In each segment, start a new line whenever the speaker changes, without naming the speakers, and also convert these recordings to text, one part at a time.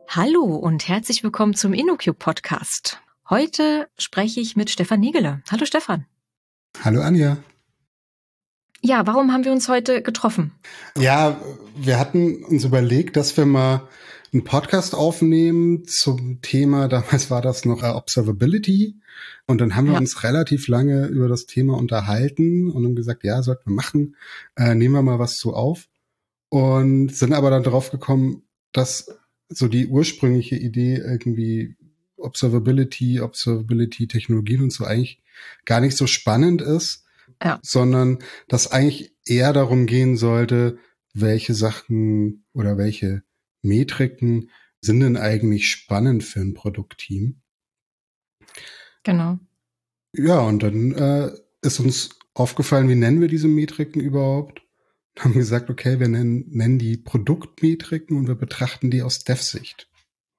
Hallo und herzlich willkommen zum InnoQ-Podcast. Heute spreche ich mit Stefan Nägele. Hallo Stefan.
Hallo Anja.
Ja, warum haben wir uns heute getroffen?
Ja, wir hatten uns überlegt, dass wir mal einen Podcast aufnehmen zum Thema, damals war das noch Observability. Und dann haben wir uns relativ lange über das Thema unterhalten und haben gesagt, ja, sollten wir machen, nehmen wir mal was zu auf. Und sind aber dann drauf gekommen, dass so die ursprüngliche Idee irgendwie Observability-Technologien und so eigentlich gar nicht so spannend ist, sondern dass eigentlich eher darum gehen sollte, welche Sachen oder welche Metriken sind denn eigentlich spannend für ein Produktteam.
Genau.
Ja, und dann ist uns aufgefallen, wie nennen wir diese Metriken überhaupt? Haben gesagt, okay, wir nennen die Produktmetriken und wir betrachten die aus Dev-Sicht.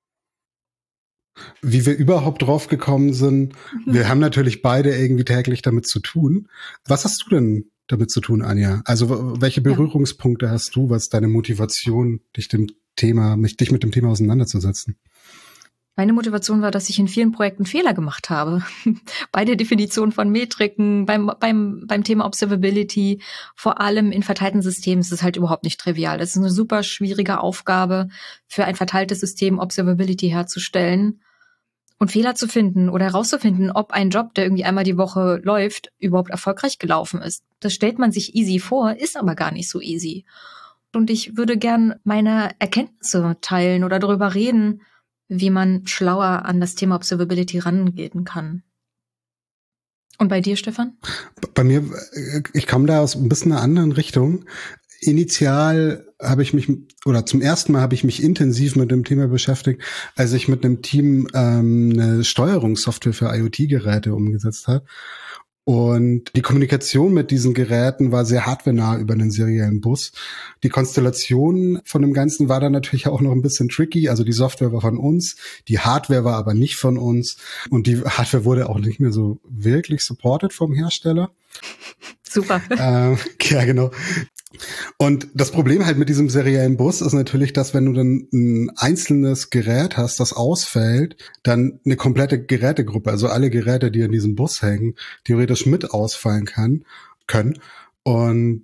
Wie wir überhaupt drauf gekommen sind, wir haben natürlich beide irgendwie täglich damit zu tun. Was hast du denn damit zu tun, Anja? Also welche Berührungspunkte hast du, was deine Motivation, dich mit dem Thema auseinanderzusetzen?
Meine Motivation war, dass ich in vielen Projekten Fehler gemacht habe. Bei der Definition von Metriken, beim Thema Observability, vor allem in verteilten Systemen ist es halt überhaupt nicht trivial. Das ist eine super schwierige Aufgabe, für ein verteiltes System Observability herzustellen und Fehler zu finden oder herauszufinden, ob ein Job, der irgendwie einmal die Woche läuft, überhaupt erfolgreich gelaufen ist. Das stellt man sich easy vor, ist aber gar nicht so easy. Und ich würde gern meine Erkenntnisse teilen oder darüber reden, wie man schlauer an das Thema Observability rangehen kann. Und bei dir, Stefan?
Bei mir, ich komme da aus ein bisschen einer anderen Richtung. Initial zum ersten Mal habe ich mich intensiv mit dem Thema beschäftigt, als ich mit einem Team eine Steuerungssoftware für IoT-Geräte umgesetzt habe. Und die Kommunikation mit diesen Geräten war sehr hardwarenah über einen seriellen Bus. Die Konstellation von dem Ganzen war dann natürlich auch noch ein bisschen tricky. Also die Software war von uns, die Hardware war aber nicht von uns. Und die Hardware wurde auch nicht mehr so wirklich supported vom Hersteller.
Super.
Ja, genau. Und das Problem halt mit diesem seriellen Bus ist natürlich, dass wenn du dann ein einzelnes Gerät hast, das ausfällt, dann eine komplette Gerätegruppe, also alle Geräte, die in diesem Bus hängen, theoretisch mit ausfallen können. Und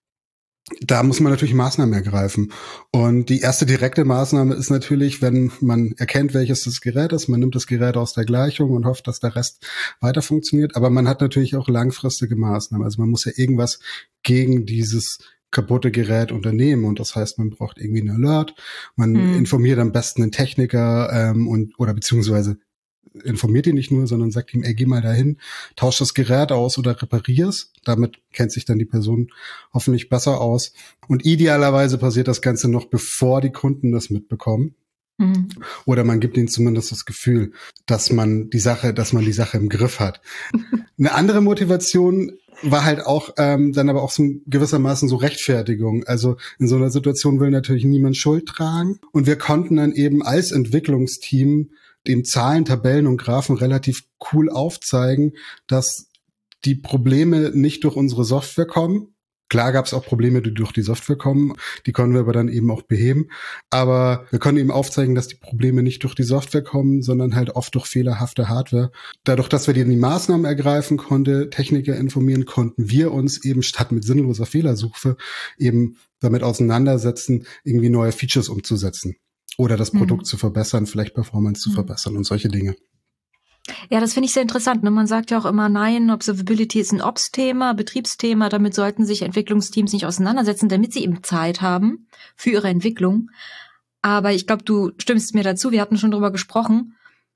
da muss man natürlich Maßnahmen ergreifen. Und die erste direkte Maßnahme ist natürlich, wenn man erkennt, welches das Gerät ist, man nimmt das Gerät aus der Gleichung und hofft, dass der Rest weiter funktioniert. Aber man hat natürlich auch langfristige Maßnahmen. Also man muss ja irgendwas gegen dieses kaputte Gerät unternehmen. Und das heißt, man braucht irgendwie einen Alert. Man informiert am besten einen Techniker oder beziehungsweise informiert ihn nicht nur, sondern sagt ihm, ey, geh mal dahin, tausch das Gerät aus oder reparier's. Damit kennt sich dann die Person hoffentlich besser aus. Und idealerweise passiert das Ganze noch, bevor die Kunden das mitbekommen. Oder man gibt ihnen zumindest das Gefühl, dass man die Sache im Griff hat. Eine andere Motivation war halt auch dann aber auch so gewissermaßen so Rechtfertigung. Also in so einer Situation will natürlich niemand Schuld tragen. Und wir konnten dann eben als Entwicklungsteam dem Zahlen, Tabellen und Graphen relativ cool aufzeigen, dass die Probleme nicht durch unsere Software kommen. Klar gab es auch Probleme, die durch die Software kommen, die konnten wir aber dann eben auch beheben. Aber wir konnten eben aufzeigen, dass die Probleme nicht durch die Software kommen, sondern halt oft durch fehlerhafte Hardware. Dadurch, dass wir die Maßnahmen ergreifen konnten, Techniker informieren konnten, wir uns eben statt mit sinnloser Fehlersuche eben damit auseinandersetzen, irgendwie neue Features umzusetzen. Oder das Produkt zu verbessern, vielleicht Performance zu verbessern und solche Dinge.
Ja, das finde ich sehr interessant. Ne? Man sagt ja auch immer, nein, Observability ist ein Ops-Thema, Betriebsthema. Damit sollten sich Entwicklungsteams nicht auseinandersetzen, damit sie eben Zeit haben für ihre Entwicklung. Aber ich glaube, du stimmst mir dazu. Wir hatten schon drüber gesprochen.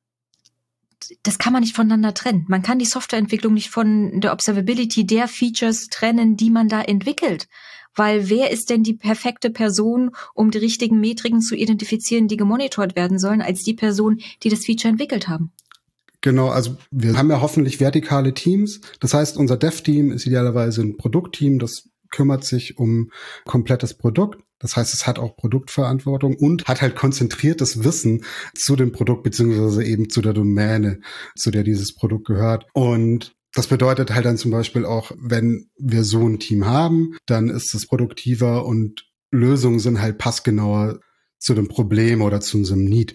Das kann man nicht voneinander trennen. Man kann die Softwareentwicklung nicht von der Observability der Features trennen, die man da entwickelt. Weil wer ist denn die perfekte Person, um die richtigen Metriken zu identifizieren, die gemonitort werden sollen, als die Person, die das Feature entwickelt haben?
Genau, also wir haben ja hoffentlich vertikale Teams. Das heißt, unser Dev-Team ist idealerweise ein Produktteam, das kümmert sich um komplettes Produkt. Das heißt, es hat auch Produktverantwortung und hat halt konzentriertes Wissen zu dem Produkt beziehungsweise eben zu der Domäne, zu der dieses Produkt gehört. Und das bedeutet halt dann zum Beispiel auch, wenn wir so ein Team haben, dann ist es produktiver und Lösungen sind halt passgenauer zu dem Problem oder zu unserem Need.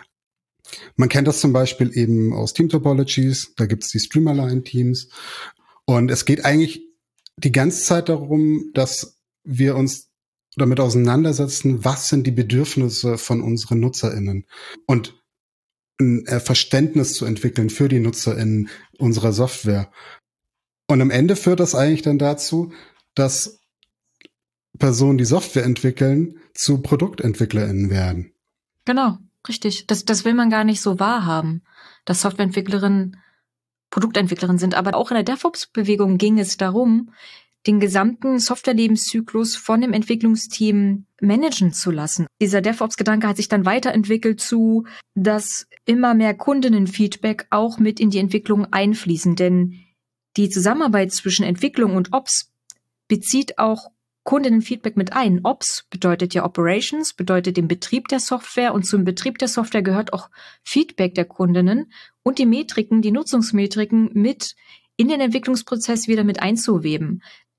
Man kennt das zum Beispiel eben aus Team Topologies, da gibt's die Streamline-Teams. Und es geht eigentlich die ganze Zeit darum, dass wir uns damit auseinandersetzen, was sind die Bedürfnisse von unseren NutzerInnen und ein Verständnis zu entwickeln für die NutzerInnen unserer Software. Und am Ende führt das eigentlich dann dazu, dass Personen, die Software entwickeln, zu ProduktentwicklerInnen werden.
Genau, richtig. Das will man gar nicht so wahrhaben, dass Softwareentwicklerinnen Produktentwicklerin sind. Aber auch in der DevOps-Bewegung ging es darum, den gesamten Softwarelebenszyklus von dem Entwicklungsteam managen zu lassen. Dieser DevOps-Gedanke hat sich dann weiterentwickelt zu, dass immer mehr Kundinnenfeedback auch mit in die Entwicklung einfließen. Denn die Zusammenarbeit zwischen Entwicklung und Ops bezieht auch Kundinnenfeedback mit ein. Ops bedeutet ja Operations, bedeutet den Betrieb der Software, und zum Betrieb der Software gehört auch Feedback der Kundinnen und die Metriken, die Nutzungsmetriken mit in den Entwicklungsprozess wieder mit einzuweben.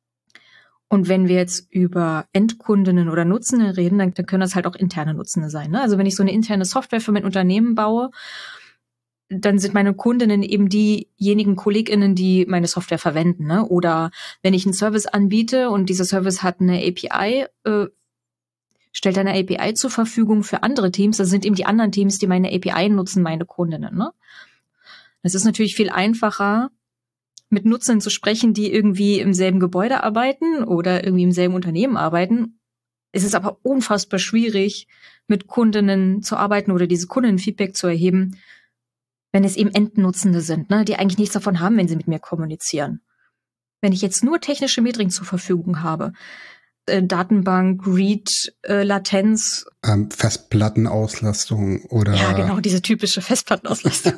Und wenn wir jetzt über Endkundinnen oder Nutzende reden, dann können das halt auch interne Nutzende sein, ne? Also wenn ich so eine interne Software für mein Unternehmen baue, dann sind meine Kundinnen eben diejenigen KollegInnen, die meine Software verwenden, ne? Oder wenn ich einen Service anbiete und dieser Service hat eine API, stellt eine API zur Verfügung für andere Teams, das sind eben die anderen Teams, die meine API nutzen, meine Kundinnen, ne? Es ist natürlich viel einfacher, mit Nutzern zu sprechen, die irgendwie im selben Gebäude arbeiten oder irgendwie im selben Unternehmen arbeiten. Es ist aber unfassbar schwierig, mit Kundinnen zu arbeiten oder diese Kundinnenfeedback zu erheben, wenn es eben Endnutzende sind, ne, die eigentlich nichts davon haben, wenn sie mit mir kommunizieren. Wenn ich jetzt nur technische Metriken zur Verfügung habe, Datenbank, Read, Latenz.
Festplattenauslastung oder...
Ja, genau, diese typische Festplattenauslastung.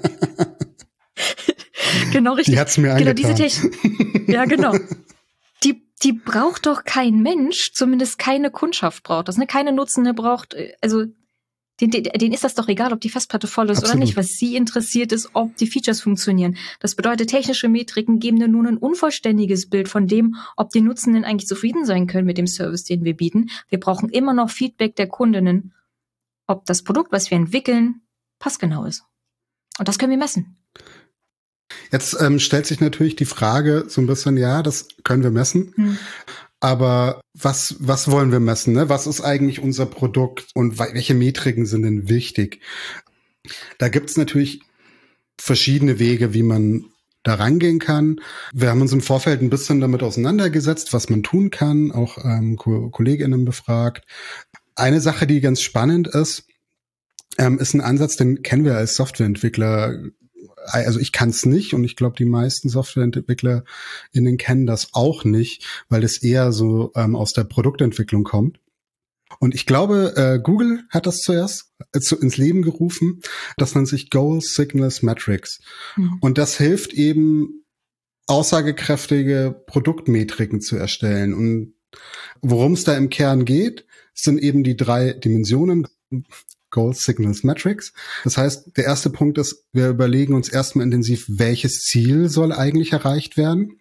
Genau, richtig.
Die hat's mir
genau,
angetan.
diese Technik. Ja, genau. Die braucht doch kein Mensch, zumindest keine Kundschaft braucht das, ne? Keine Nutzende braucht, also denen ist das doch egal, ob die Festplatte voll ist. Absolut. Oder nicht. Was sie interessiert ist, ob die Features funktionieren. Das bedeutet, technische Metriken geben nur ein unvollständiges Bild von dem, ob die Nutzenden eigentlich zufrieden sein können mit dem Service, den wir bieten. Wir brauchen immer noch Feedback der Kundinnen, ob das Produkt, was wir entwickeln, passgenau ist. Und das können wir messen.
Jetzt stellt sich natürlich die Frage so ein bisschen, ja, das können wir messen. Aber was wollen wir messen? Ne? Was ist eigentlich unser Produkt und welche Metriken sind denn wichtig? Da gibt's natürlich verschiedene Wege, wie man da rangehen kann. Wir haben uns im Vorfeld ein bisschen damit auseinandergesetzt, was man tun kann, auch KollegInnen befragt. Eine Sache, die ganz spannend ist ein Ansatz, den kennen wir als Softwareentwickler. Also ich kann es nicht und ich glaube, die meisten SoftwareentwicklerInnen kennen das auch nicht, weil es eher so aus der Produktentwicklung kommt. Und ich glaube, Google hat das zuerst ins Leben gerufen. Das nennt sich Goal Signals Metrics. Und das hilft eben, aussagekräftige Produktmetriken zu erstellen. Und worum es da im Kern geht, sind eben die 3 Dimensionen. Goal Signals Metrics. Das heißt, der erste Punkt ist, wir überlegen uns erstmal intensiv, welches Ziel soll eigentlich erreicht werden.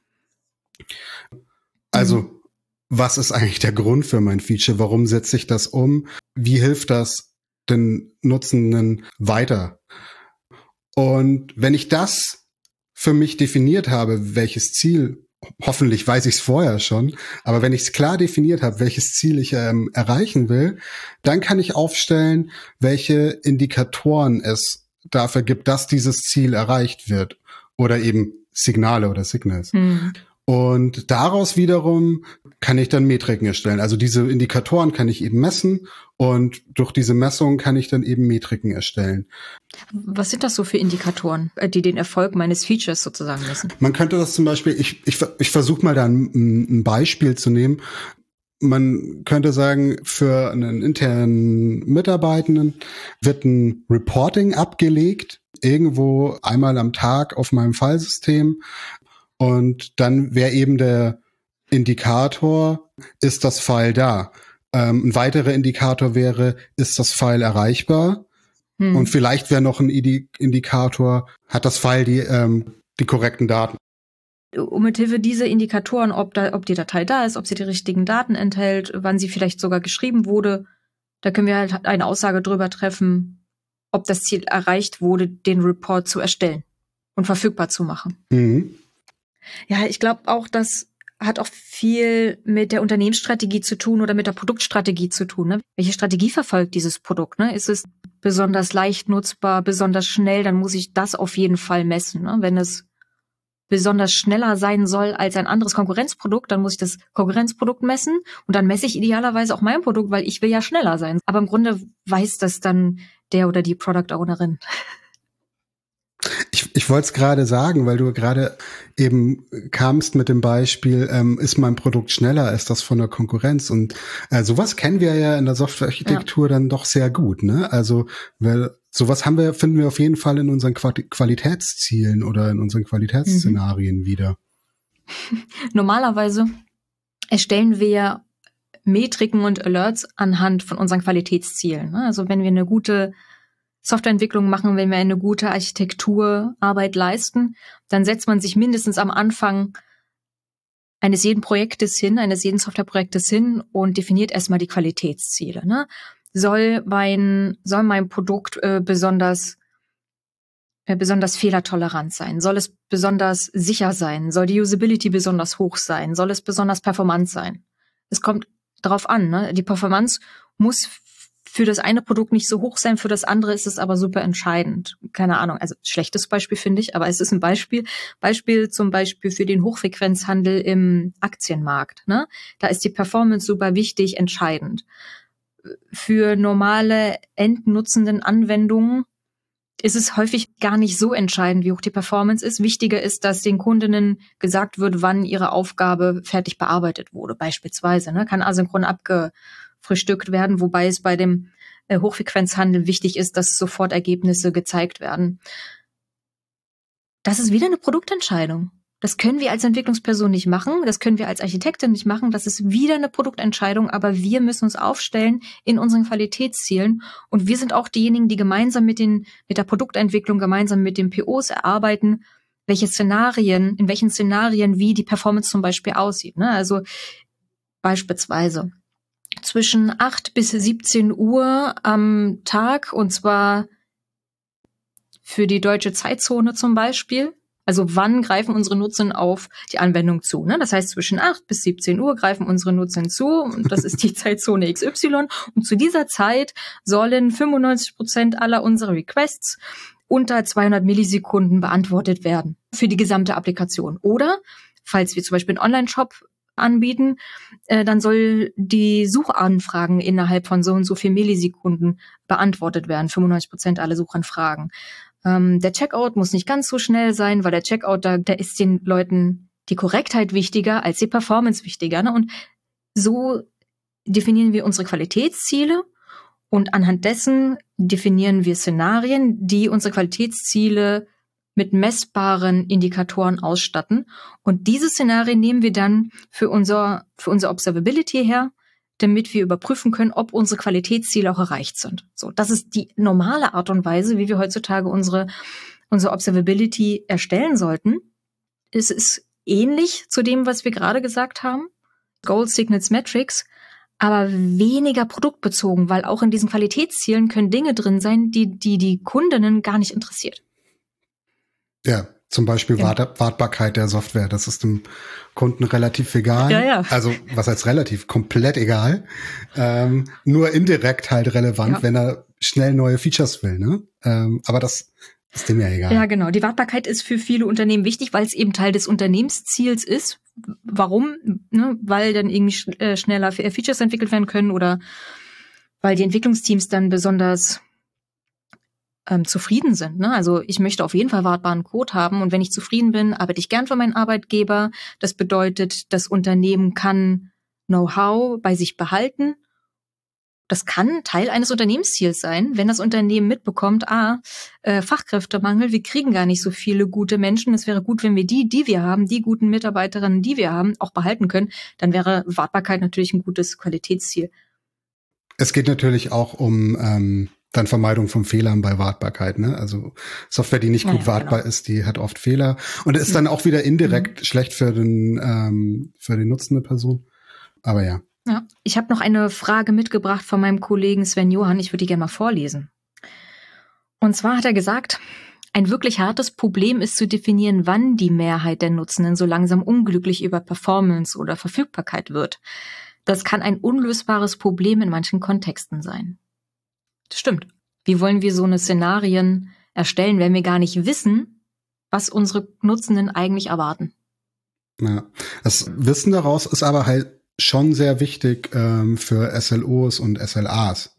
Also, was ist eigentlich der Grund für mein Feature? Warum setze ich das um? Wie hilft das den Nutzenden weiter? Und wenn ich das für mich definiert habe, welches Ziel, hoffentlich weiß ich es vorher schon, aber wenn ich es klar definiert habe, welches Ziel ich erreichen will, dann kann ich aufstellen, welche Indikatoren es dafür gibt, dass dieses Ziel erreicht wird. Oder eben Signale oder Signals. Und daraus wiederum kann ich dann Metriken erstellen. Also diese Indikatoren kann ich eben messen und durch diese Messung kann ich dann eben Metriken erstellen.
Was sind das so für Indikatoren, die den Erfolg meines Features sozusagen messen?
Man könnte das zum Beispiel, ich versuche mal da ein Beispiel zu nehmen. Man könnte sagen, für einen internen Mitarbeitenden wird ein Reporting abgelegt, irgendwo einmal am Tag auf meinem Filesystem. Und dann wäre eben der Indikator, ist das File da? Ein weiterer Indikator wäre, ist das File erreichbar? Und vielleicht wäre noch ein Indikator, hat das File die korrekten Daten?
Um mithilfe dieser Indikatoren, ob die Datei da ist, ob sie die richtigen Daten enthält, wann sie vielleicht sogar geschrieben wurde, Da können wir halt eine Aussage drüber treffen, ob das Ziel erreicht wurde, den Report zu erstellen und verfügbar zu machen.
Mhm.
Ja, ich glaube auch, das hat auch viel mit der Unternehmensstrategie zu tun oder mit der Produktstrategie zu tun. Ne? Welche Strategie verfolgt dieses Produkt? Ne? Ist es besonders leicht nutzbar, besonders schnell? Dann muss ich das auf jeden Fall messen. Ne? Wenn es besonders schneller sein soll als ein anderes Konkurrenzprodukt, dann muss ich das Konkurrenzprodukt messen und dann messe ich idealerweise auch mein Produkt, weil ich will ja schneller sein. Aber im Grunde weiß das dann der oder die Product Ownerin.
Ich wollte es gerade sagen, weil du gerade eben kamst mit dem Beispiel, ist mein Produkt schneller als das von der Konkurrenz? Und sowas kennen wir ja in der Softwarearchitektur dann doch sehr gut, ne? Also, weil sowas finden wir auf jeden Fall in unseren Qualitätszielen oder in unseren Qualitätsszenarien wieder.
Normalerweise erstellen wir Metriken und Alerts anhand von unseren Qualitätszielen. Also wenn wir eine gute Softwareentwicklung machen, wenn wir eine gute Architekturarbeit leisten, dann setzt man sich mindestens am Anfang eines jeden Softwareprojektes hin und definiert erstmal die Qualitätsziele. Ne? Soll mein Produkt besonders fehlertolerant sein? Soll es besonders sicher sein? Soll die Usability besonders hoch sein? Soll es besonders performant sein? Es kommt darauf an. Ne? Die Performance muss für das eine Produkt nicht so hoch sein, für das andere ist es aber super entscheidend. Keine Ahnung, also schlechtes Beispiel finde ich, aber es ist ein Beispiel. Beispiel zum Beispiel für den Hochfrequenzhandel im Aktienmarkt. Ne? Da ist die Performance super wichtig, entscheidend. Für normale endnutzenden Anwendungen ist es häufig gar nicht so entscheidend, wie hoch die Performance ist. Wichtiger ist, dass den Kundinnen gesagt wird, wann ihre Aufgabe fertig bearbeitet wurde, beispielsweise. Ne? Kann asynchron abgefrühstückt werden, wobei es bei dem Hochfrequenzhandel wichtig ist, dass sofort Ergebnisse gezeigt werden. Das ist wieder eine Produktentscheidung. Das können wir als Entwicklungsperson nicht machen, das können wir als Architektin nicht machen, das ist wieder eine Produktentscheidung, aber wir müssen uns aufstellen in unseren Qualitätszielen und wir sind auch diejenigen, die gemeinsam mit der Produktentwicklung, gemeinsam mit den POs erarbeiten, in welchen Szenarien wie die Performance zum Beispiel aussieht. Ne? Also beispielsweise zwischen 8 bis 17 Uhr am Tag, und zwar für die deutsche Zeitzone zum Beispiel. Also wann greifen unsere Nutzerinnen auf die Anwendung zu? Ne? Das heißt, zwischen 8 bis 17 Uhr greifen unsere Nutzerinnen zu und das ist die Zeitzone XY. Und zu dieser Zeit sollen 95% aller unserer Requests unter 200 Millisekunden beantwortet werden für die gesamte Applikation. Oder, falls wir zum Beispiel einen Online-Shop anbieten, dann soll die Suchanfragen innerhalb von so und so viel Millisekunden beantwortet werden. 95% aller Suchanfragen. Der Checkout muss nicht ganz so schnell sein, weil der Checkout, da ist den Leuten die Korrektheit wichtiger als die Performance wichtiger. Ne? Und so definieren wir unsere Qualitätsziele und anhand dessen definieren wir Szenarien, die unsere Qualitätsziele mit messbaren Indikatoren ausstatten. Und diese Szenarien nehmen wir dann für unser Observability her, damit wir überprüfen können, ob unsere Qualitätsziele auch erreicht sind. So, das ist die normale Art und Weise, wie wir heutzutage unsere Observability erstellen sollten. Es ist ähnlich zu dem, was wir gerade gesagt haben. Goals, Signals, Metrics, aber weniger produktbezogen, weil auch in diesen Qualitätszielen können Dinge drin sein, die Kundinnen gar nicht interessiert.
Ja, zum Beispiel Wartbarkeit der Software. Das ist dem Kunden relativ egal.
Ja.
Also was heißt relativ? Komplett egal. Nur indirekt halt relevant, wenn er schnell neue Features will. Ne? Aber das ist dem ja egal.
Ja, genau. Die Wartbarkeit ist für viele Unternehmen wichtig, weil es eben Teil des Unternehmensziels ist. Warum? Ne? Weil dann irgendwie schneller Features entwickelt werden können oder weil die Entwicklungsteams dann besonders zufrieden sind. Ne? Also ich möchte auf jeden Fall wartbaren Code haben und wenn ich zufrieden bin, arbeite ich gern für meinen Arbeitgeber. Das bedeutet, das Unternehmen kann Know-how bei sich behalten. Das kann Teil eines Unternehmensziels sein, wenn das Unternehmen mitbekommt, Fachkräftemangel, wir kriegen gar nicht so viele gute Menschen. Es wäre gut, wenn wir die wir haben, die guten Mitarbeiterinnen, die wir haben, auch behalten können. Dann wäre Wartbarkeit natürlich ein gutes Qualitätsziel.
Es geht natürlich auch um dann Vermeidung von Fehlern bei Wartbarkeit, ne? Also Software, die nicht gut wartbar ist, die hat oft Fehler und ist dann auch wieder indirekt schlecht für die nutzende Person. Aber ja.
Ja. Ich habe noch eine Frage mitgebracht von meinem Kollegen Sven Johann. Ich würde die gerne mal vorlesen. Und zwar hat er gesagt, ein wirklich hartes Problem ist zu definieren, wann die Mehrheit der Nutzenden so langsam unglücklich über Performance oder Verfügbarkeit wird. Das kann ein unlösbares Problem in manchen Kontexten sein. Das stimmt. Wie wollen wir so eine Szenarien erstellen, wenn wir gar nicht wissen, was unsere Nutzenden eigentlich erwarten?
Ja, das Wissen daraus ist aber halt schon sehr wichtig für SLOs und SLAs.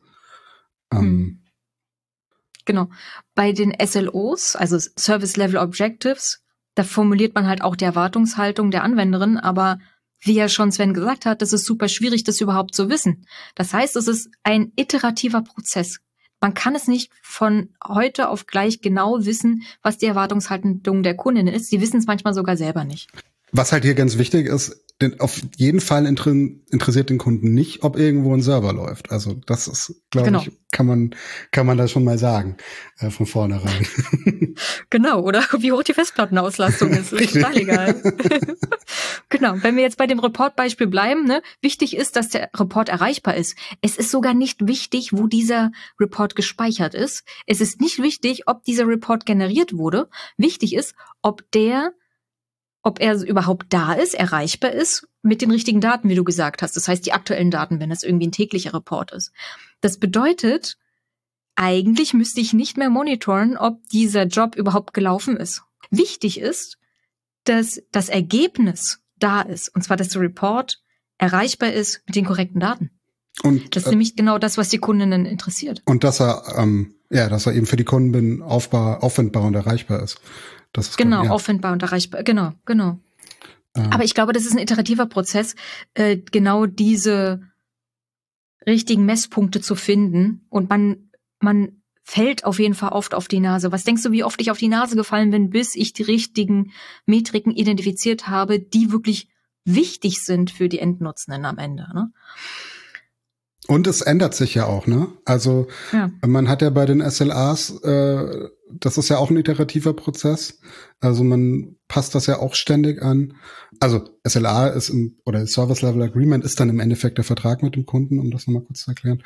Genau. Bei den SLOs, also Service Level Objectives, da formuliert man halt auch die Erwartungshaltung der Anwenderin, aber wie ja schon Sven gesagt hat, das ist super schwierig, das überhaupt zu wissen. Das heißt, es ist ein iterativer Prozess. Man kann es nicht von heute auf gleich genau wissen, was die Erwartungshaltung der Kundin ist. Sie wissen es manchmal sogar selber nicht.
Was halt hier ganz wichtig ist, denn auf jeden Fall interessiert den Kunden nicht, ob irgendwo ein Server läuft. Also das ist, glaube ich, kann man da schon mal sagen von vornherein.
Genau, oder wie hoch die Festplattenauslastung ist. Ist total egal. Genau, wenn wir jetzt bei dem Report-Beispiel bleiben, ne, wichtig ist, dass der Report erreichbar ist. Es ist sogar nicht wichtig, wo dieser Report gespeichert ist. Es ist nicht wichtig, ob dieser Report generiert wurde. Wichtig ist, ob er überhaupt da ist, erreichbar ist, mit den richtigen Daten, wie du gesagt hast. Das heißt, die aktuellen Daten, wenn es irgendwie ein täglicher Report ist. Das bedeutet, eigentlich müsste ich nicht mehr monitoren, ob dieser Job überhaupt gelaufen ist. Wichtig ist, dass das Ergebnis da ist. Und zwar, dass der Report erreichbar ist mit den korrekten Daten. Und das ist nämlich genau das, was die Kundinnen interessiert.
Und dass er eben für die Kunden auffindbar und erreichbar ist. Das ist
genau, auffindbar und erreichbar. Genau. Aber ich glaube, das ist ein iterativer Prozess, genau diese richtigen Messpunkte zu finden. Und man fällt auf jeden Fall oft auf die Nase. Was denkst du, wie oft ich auf die Nase gefallen bin, bis ich die richtigen Metriken identifiziert habe, die wirklich wichtig sind für die Endnutzenden am Ende, ne?
Und es ändert sich ja auch, ne? Also man hat ja bei den SLAs, das ist ja auch ein iterativer Prozess. Also man passt das ja auch ständig an. Also SLA ist oder Service Level Agreement ist dann im Endeffekt der Vertrag mit dem Kunden, um das nochmal kurz zu erklären.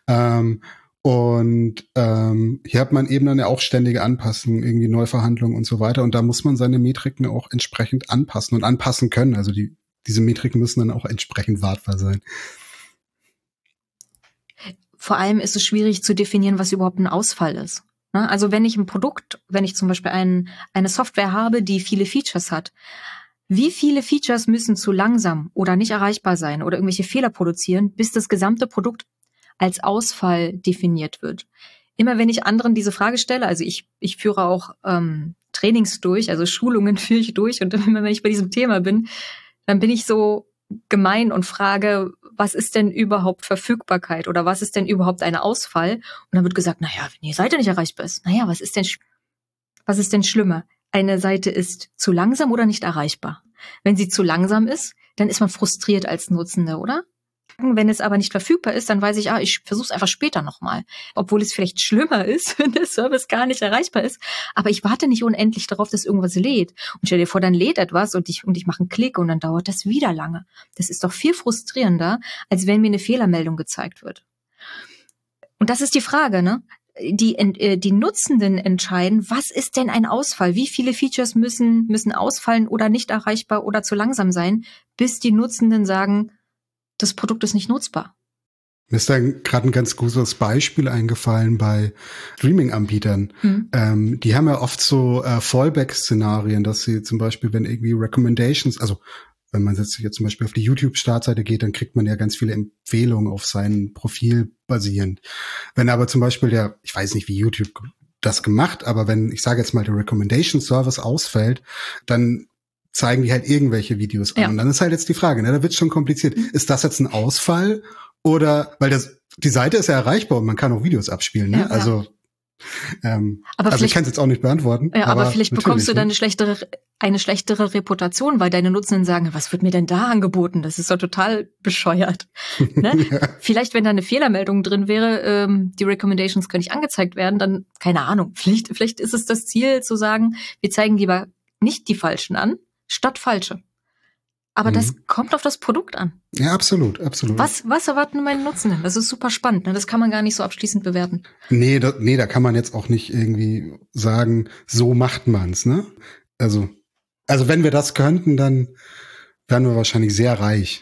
Hier hat man eben dann ja auch ständige Anpassungen, irgendwie Neuverhandlungen und so weiter. Und da muss man seine Metriken auch entsprechend anpassen und anpassen können. Also diese Metriken müssen dann auch entsprechend wartbar sein.
Vor allem ist es schwierig zu definieren, was überhaupt ein Ausfall ist. Also wenn ich zum Beispiel eine Software habe, die viele Features hat, wie viele Features müssen zu langsam oder nicht erreichbar sein oder irgendwelche Fehler produzieren, bis das gesamte Produkt als Ausfall definiert wird? Immer wenn ich anderen diese Frage stelle, also ich führe auch Trainings durch, also Schulungen führe ich durch, und immer wenn ich bei diesem Thema bin, dann bin ich so gemein und frage, was ist denn überhaupt Verfügbarkeit oder was ist denn überhaupt ein Ausfall? Und dann wird gesagt, naja, wenn die Seite nicht erreichbar ist, naja, was ist denn schlimmer? Eine Seite ist zu langsam oder nicht erreichbar? Wenn sie zu langsam ist, dann ist man frustriert als Nutzende, oder? Wenn es aber nicht verfügbar ist, dann weiß ich, ich versuche es einfach später nochmal. Obwohl es vielleicht schlimmer ist, wenn der Service gar nicht erreichbar ist. Aber ich warte nicht unendlich darauf, dass irgendwas lädt. Und stell dir vor, dann lädt etwas und ich mache einen Klick und dann dauert das wieder lange. Das ist doch viel frustrierender, als wenn mir eine Fehlermeldung gezeigt wird. Und das ist die Frage, ne? Die Nutzenden entscheiden, was ist denn ein Ausfall? Wie viele Features müssen ausfallen oder nicht erreichbar oder zu langsam sein, bis die Nutzenden sagen, das Produkt ist nicht nutzbar.
Mir ist da gerade ein ganz gutes Beispiel eingefallen bei Streaming-Anbietern. Die haben ja oft so Fallback-Szenarien, dass sie zum Beispiel, wenn irgendwie Recommendations, also wenn man jetzt zum Beispiel auf die YouTube-Startseite geht, dann kriegt man ja ganz viele Empfehlungen auf sein Profil basierend. Wenn aber zum Beispiel ich weiß nicht, wie YouTube das gemacht, aber wenn, ich sage jetzt mal, der Recommendation-Service ausfällt, dann zeigen die halt irgendwelche Videos an. Ja. Und dann ist halt jetzt die Frage, ne, da wird's schon kompliziert. Ist das jetzt ein Ausfall? Oder, weil die Seite ist ja erreichbar und man kann auch Videos abspielen, ne? Ja, also, ich kann es jetzt auch nicht beantworten.
Ja, aber vielleicht bekommst du dann eine schlechtere Reputation, weil deine Nutzenden sagen, was wird mir denn da angeboten? Das ist doch total bescheuert. Ne? Ja. Vielleicht, wenn da eine Fehlermeldung drin wäre, die Recommendations können nicht angezeigt werden, dann, keine Ahnung, vielleicht ist es das Ziel zu sagen, wir zeigen lieber nicht die Falschen an, statt falsche. Aber das kommt auf das Produkt an.
Ja, absolut, absolut.
Was erwarten meine Nutzenden? Das ist super spannend. Ne? Das kann man gar nicht so abschließend bewerten.
Nee, da kann man jetzt auch nicht irgendwie sagen, so macht man's, ne? Also wenn wir das könnten, dann wären wir wahrscheinlich sehr reich.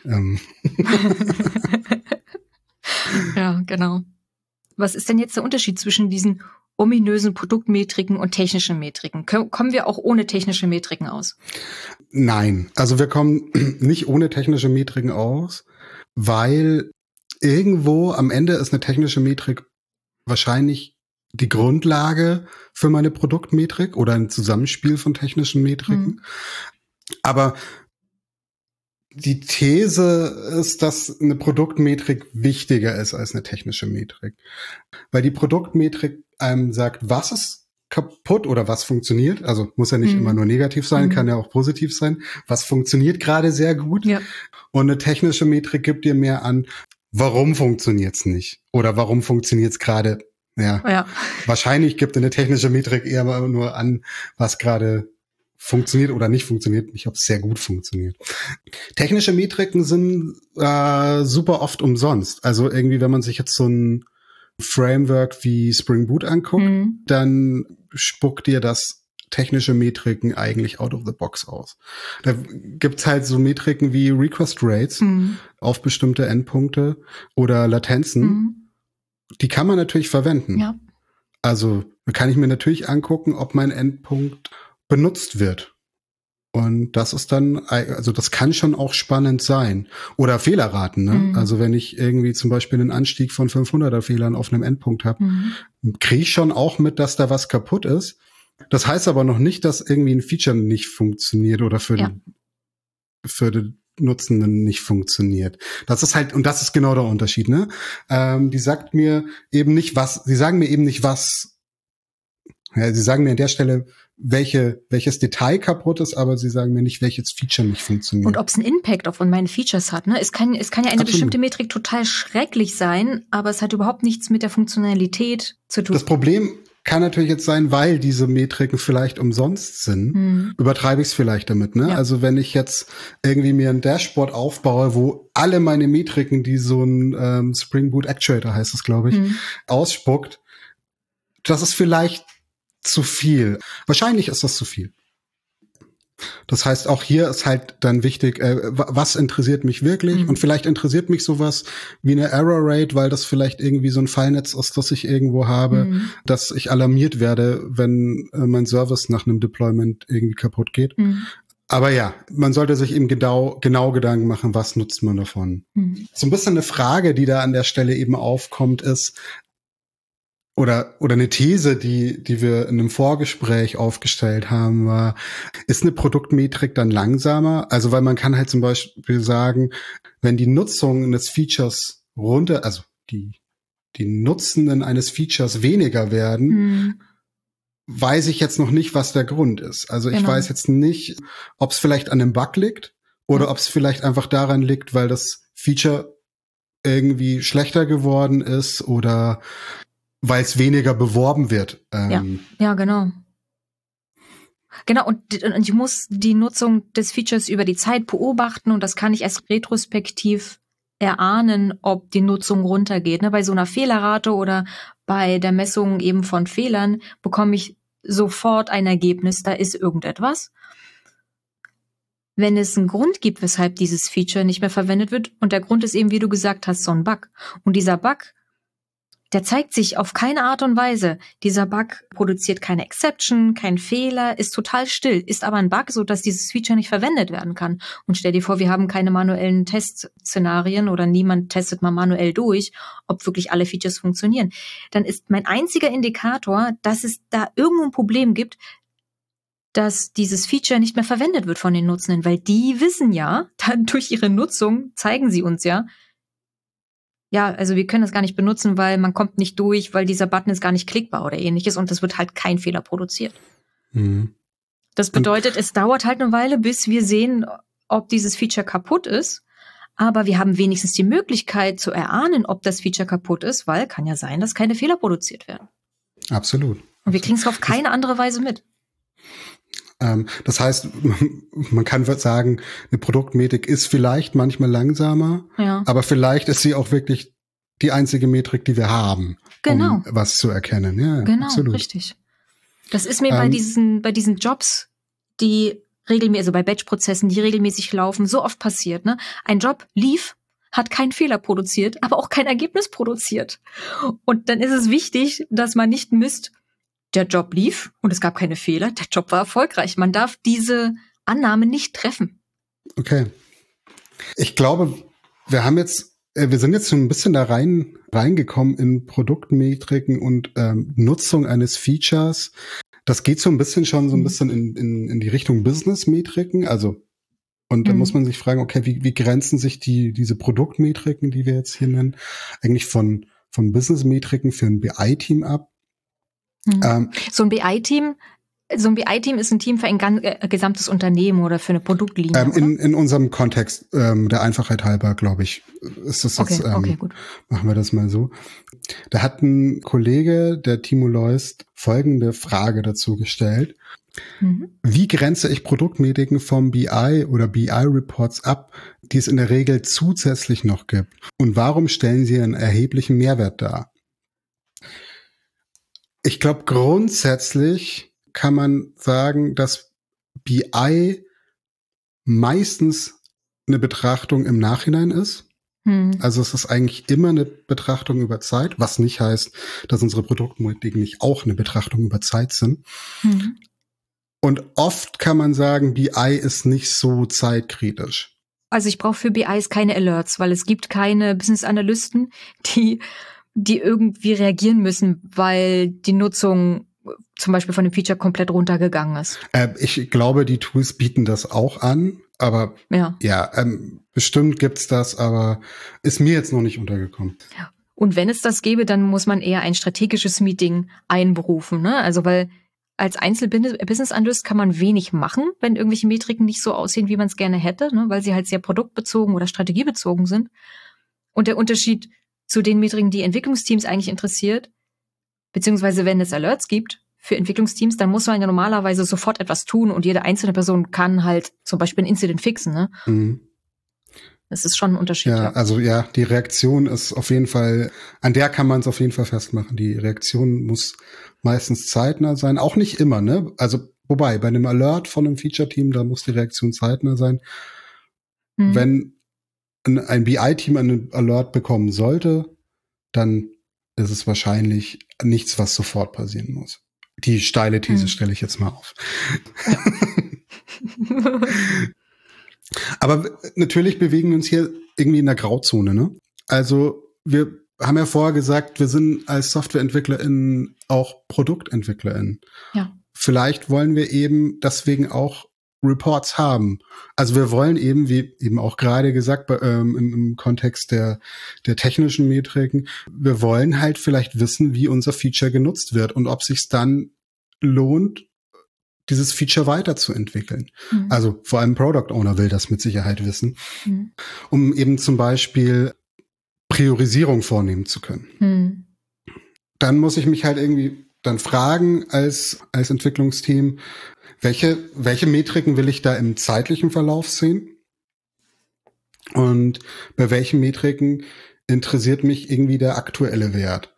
Ja, genau. Was ist denn jetzt der Unterschied zwischen diesen ominösen Produktmetriken und technischen Metriken? Kommen wir auch ohne technische Metriken aus?
Nein, also wir kommen nicht ohne technische Metriken aus, weil irgendwo am Ende ist eine technische Metrik wahrscheinlich die Grundlage für meine Produktmetrik oder ein Zusammenspiel von technischen Metriken. Aber die These ist, dass eine Produktmetrik wichtiger ist als eine technische Metrik. Weil die Produktmetrik einem sagt, was ist kaputt oder was funktioniert. Also muss ja nicht immer nur negativ sein, kann ja auch positiv sein. Was funktioniert gerade sehr gut. Ja. Und eine technische Metrik gibt dir mehr an, warum funktioniert's nicht? Oder warum funktioniert's gerade? Ja. Wahrscheinlich gibt eine technische Metrik eher nur an, was gerade funktioniert oder nicht funktioniert, nicht ob es sehr gut funktioniert. Technische Metriken sind super oft umsonst. Also irgendwie, wenn man sich jetzt so ein Framework wie Spring Boot anguckt, dann spuckt dir das technische Metriken eigentlich out of the box aus. Da gibt's halt so Metriken wie Request Rates auf bestimmte Endpunkte oder Latenzen. Die kann man natürlich verwenden. Ja. Also kann ich mir natürlich angucken, ob mein Endpunkt benutzt wird. Und das ist dann, also das kann schon auch spannend sein. Oder Fehlerraten, ne? Also wenn ich irgendwie zum Beispiel einen Anstieg von 500er Fehlern auf einem Endpunkt habe, kriege ich schon auch mit, dass da was kaputt ist. Das heißt aber noch nicht, dass irgendwie ein Feature nicht funktioniert oder für den Nutzenden nicht funktioniert. Das ist halt, und das ist genau der Unterschied, ne? Die sagt mir eben nicht was, sie sagen mir eben nicht was, ja, sie sagen mir an der Stelle, welches Detail kaputt ist, aber sie sagen mir nicht, welches Feature nicht funktioniert.
Und ob es einen Impact auf meine Features hat, ne? Es kann ja eine bestimmte Metrik total schrecklich sein, aber es hat überhaupt nichts mit der Funktionalität zu tun.
Das Problem kann natürlich jetzt sein, weil diese Metriken vielleicht umsonst sind, übertreibe ich es vielleicht damit, ne? Ja. Also wenn ich jetzt irgendwie mir ein Dashboard aufbaue, wo alle meine Metriken, die so ein Spring Boot Actuator heißt es, glaube ich, ausspuckt, das ist vielleicht zu viel. Wahrscheinlich ist das zu viel. Das heißt, auch hier ist halt dann wichtig, was interessiert mich wirklich? Und vielleicht interessiert mich sowas wie eine Error Rate, weil das vielleicht irgendwie so ein Fallnetz ist, das ich irgendwo habe, dass ich alarmiert werde, wenn mein Service nach einem Deployment irgendwie kaputt geht. Aber ja, man sollte sich eben genau Gedanken machen, was nutzt man davon. So ein bisschen eine Frage, die da an der Stelle eben aufkommt, ist, oder eine These, die wir in einem Vorgespräch aufgestellt haben, war, ist eine Produktmetrik dann langsamer? Also, weil man kann halt zum Beispiel sagen, wenn die Nutzung eines Features also die Nutzenden eines Features weniger werden, weiß ich jetzt noch nicht, was der Grund ist. Also ich weiß jetzt nicht, ob es vielleicht an einem Bug liegt oder ob es vielleicht einfach daran liegt, weil das Feature irgendwie schlechter geworden ist oder weil es weniger beworben wird.
Ja, genau. Genau, und ich muss die Nutzung des Features über die Zeit beobachten und das kann ich erst retrospektiv erahnen, ob die Nutzung runtergeht. Ne? Bei so einer Fehlerrate oder bei der Messung eben von Fehlern bekomme ich sofort ein Ergebnis, da ist irgendetwas. Wenn es einen Grund gibt, weshalb dieses Feature nicht mehr verwendet wird, und der Grund ist eben, wie du gesagt hast, so ein Bug. Und dieser Bug, der zeigt sich auf keine Art und Weise. Dieser Bug produziert keine Exception, kein Fehler, ist total still, ist aber ein Bug, so dass dieses Feature nicht verwendet werden kann. Und stell dir vor, wir haben keine manuellen Testszenarien oder niemand testet mal manuell durch, ob wirklich alle Features funktionieren. Dann ist mein einziger Indikator, dass es da irgendwo ein Problem gibt, dass dieses Feature nicht mehr verwendet wird von den Nutzenden, weil die wissen ja, dann durch ihre Nutzung zeigen sie uns ja, also wir können das gar nicht benutzen, weil man kommt nicht durch, weil dieser Button ist gar nicht klickbar oder ähnliches und es wird halt kein Fehler produziert. Das bedeutet, es dauert halt eine Weile, bis wir sehen, ob dieses Feature kaputt ist, aber wir haben wenigstens die Möglichkeit zu erahnen, ob das Feature kaputt ist, weil kann ja sein, dass keine Fehler produziert werden.
Absolut.
Und wir kriegen es auf keine andere Weise mit.
Das heißt, man kann sagen, eine Produktmetrik ist vielleicht manchmal langsamer, aber vielleicht ist sie auch wirklich die einzige Metrik, die wir haben,
genau,
um was zu erkennen. Ja,
genau,
absolut.
Richtig. Das ist mir bei diesen Jobs, die regelmäßig, also bei Batch-Prozessen, die regelmäßig laufen, so oft passiert. Ne? Ein Job lief, hat keinen Fehler produziert, aber auch kein Ergebnis produziert. Und dann ist es wichtig, dass man nicht misst, der Job lief und es gab keine Fehler, der Job war erfolgreich. Man darf diese Annahme nicht treffen.
Okay. Ich glaube, wir sind jetzt so ein bisschen da reingekommen in Produktmetriken und Nutzung eines Features. Das geht so ein bisschen in die Richtung Business-Metriken. Also, und da muss man sich fragen, okay, wie grenzen sich diese Produktmetriken, die wir jetzt hier nennen, eigentlich von Business-Metriken für ein BI-Team ab?
So ein BI-Team ist ein Team für ein gesamtes Unternehmen oder für eine Produktlinie.
In unserem Kontext, der Einfachheit halber, glaube ich, ist das jetzt,
okay, gut.
Machen wir das mal so. Da hat ein Kollege, der Timo Leust, folgende Frage dazu gestellt. Wie grenze ich Produktmetriken vom BI oder BI-Reports ab, die es in der Regel zusätzlich noch gibt? Und warum stellen sie einen erheblichen Mehrwert dar? Ich glaube, grundsätzlich kann man sagen, dass BI meistens eine Betrachtung im Nachhinein ist. Also es ist eigentlich immer eine Betrachtung über Zeit, was nicht heißt, dass unsere Produktmetriken nicht auch eine Betrachtung über Zeit sind. Und oft kann man sagen, BI ist nicht so zeitkritisch.
Also ich brauche für BIs keine Alerts, weil es gibt keine Business-Analysten, die irgendwie reagieren müssen, weil die Nutzung zum Beispiel von dem Feature komplett runtergegangen ist.
Ich glaube, die Tools bieten das auch an, aber bestimmt gibt's das, aber ist mir jetzt noch nicht untergekommen.
Ja. Und wenn es das gäbe, dann muss man eher ein strategisches Meeting einberufen, ne? Also weil als Einzel-Business-Analyst kann man wenig machen, wenn irgendwelche Metriken nicht so aussehen, wie man es gerne hätte, ne? Weil sie halt sehr produktbezogen oder strategiebezogen sind. Und der Unterschied zu den Metriken, die Entwicklungsteams eigentlich interessiert, beziehungsweise wenn es Alerts gibt für Entwicklungsteams, dann muss man ja normalerweise sofort etwas tun und jede einzelne Person kann halt zum Beispiel ein Incident fixen. Ne? Das ist schon ein Unterschied.
Ja, also die Reaktion ist auf jeden Fall, an der kann man es auf jeden Fall festmachen. Die Reaktion muss meistens zeitnah sein, auch nicht immer, ne? Also wobei, bei einem Alert von einem Feature-Team, da muss die Reaktion zeitnah sein. Wenn ein BI-Team einen Alert bekommen sollte, dann ist es wahrscheinlich nichts, was sofort passieren muss. Die steile These stelle ich jetzt mal auf. Ja. Aber natürlich bewegen wir uns hier irgendwie in der Grauzone, ne? Also wir haben ja vorher gesagt, wir sind als SoftwareentwicklerInnen auch ProduktentwicklerInnen.
Ja.
Vielleicht wollen wir eben deswegen auch Reports haben. Also wir wollen eben, wie eben auch gerade gesagt, im Kontext der technischen Metriken, wir wollen halt vielleicht wissen, wie unser Feature genutzt wird und ob sich's dann lohnt, dieses Feature weiterzuentwickeln. Also vor allem Product Owner will das mit Sicherheit wissen, um eben zum Beispiel Priorisierung vornehmen zu können. Dann muss ich mich halt irgendwie dann fragen als Entwicklungsteam, welche Metriken will ich da im zeitlichen Verlauf sehen? Und bei welchen Metriken interessiert mich irgendwie der aktuelle Wert?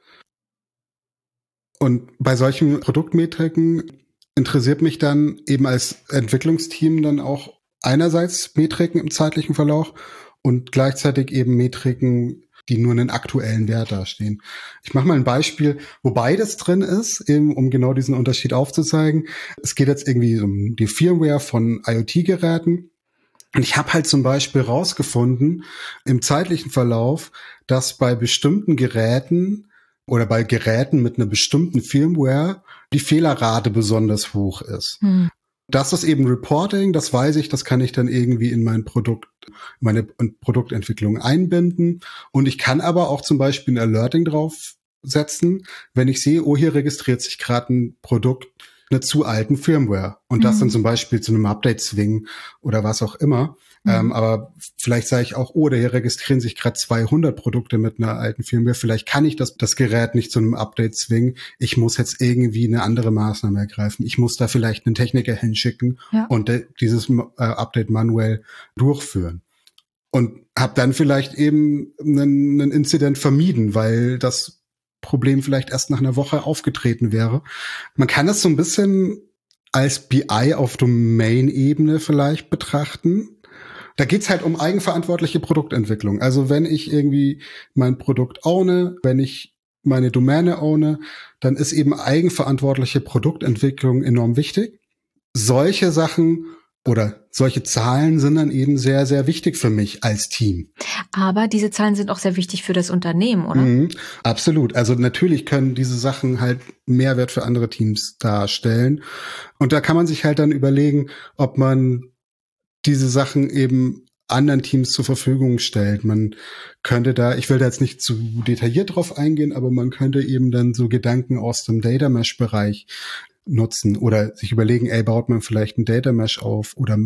Und bei solchen Produktmetriken interessiert mich dann eben als Entwicklungsteam dann auch einerseits Metriken im zeitlichen Verlauf und gleichzeitig eben Metriken, die nur einen aktuellen Wert dastehen. Ich mache mal ein Beispiel, wo beides drin ist, eben um genau diesen Unterschied aufzuzeigen. Es geht jetzt irgendwie um die Firmware von IoT-Geräten. Und ich habe halt zum Beispiel rausgefunden im zeitlichen Verlauf, dass bei bestimmten Geräten oder bei Geräten mit einer bestimmten Firmware die Fehlerrate besonders hoch ist. Das ist eben Reporting, das weiß ich, das kann ich dann irgendwie in meine Produktentwicklung einbinden. Und ich kann aber auch zum Beispiel ein Alerting draufsetzen, wenn ich sehe, oh, hier registriert sich gerade ein Produkt einer zu alten Firmware. Und das dann zum Beispiel zu einem Update zwingen oder was auch immer. Aber vielleicht sage ich auch, oh, hier registrieren sich gerade 200 Produkte mit einer alten Firmware. Vielleicht kann ich das Gerät nicht zu einem Update zwingen. Ich muss jetzt irgendwie eine andere Maßnahme ergreifen. Ich muss da vielleicht einen Techniker hinschicken und dieses Update manuell durchführen. Und habe dann vielleicht eben einen Incident vermieden, weil das Problem vielleicht erst nach einer Woche aufgetreten wäre. Man kann es so ein bisschen als BI auf Domain-Ebene vielleicht betrachten. Da geht's halt um eigenverantwortliche Produktentwicklung. Also wenn ich irgendwie mein Produkt owne, wenn ich meine Domäne owne, dann ist eben eigenverantwortliche Produktentwicklung enorm wichtig. Solche Sachen oder solche Zahlen sind dann eben sehr, sehr wichtig für mich als Team.
Aber diese Zahlen sind auch sehr wichtig für das Unternehmen, oder?
Absolut. Also natürlich können diese Sachen halt Mehrwert für andere Teams darstellen. Und da kann man sich halt dann überlegen, ob man diese Sachen eben anderen Teams zur Verfügung stellt. Man könnte da, ich will da jetzt nicht zu detailliert drauf eingehen, aber man könnte eben dann so Gedanken aus dem Data Mesh-Bereich nutzen oder sich überlegen, baut man vielleicht ein Data Mesh auf oder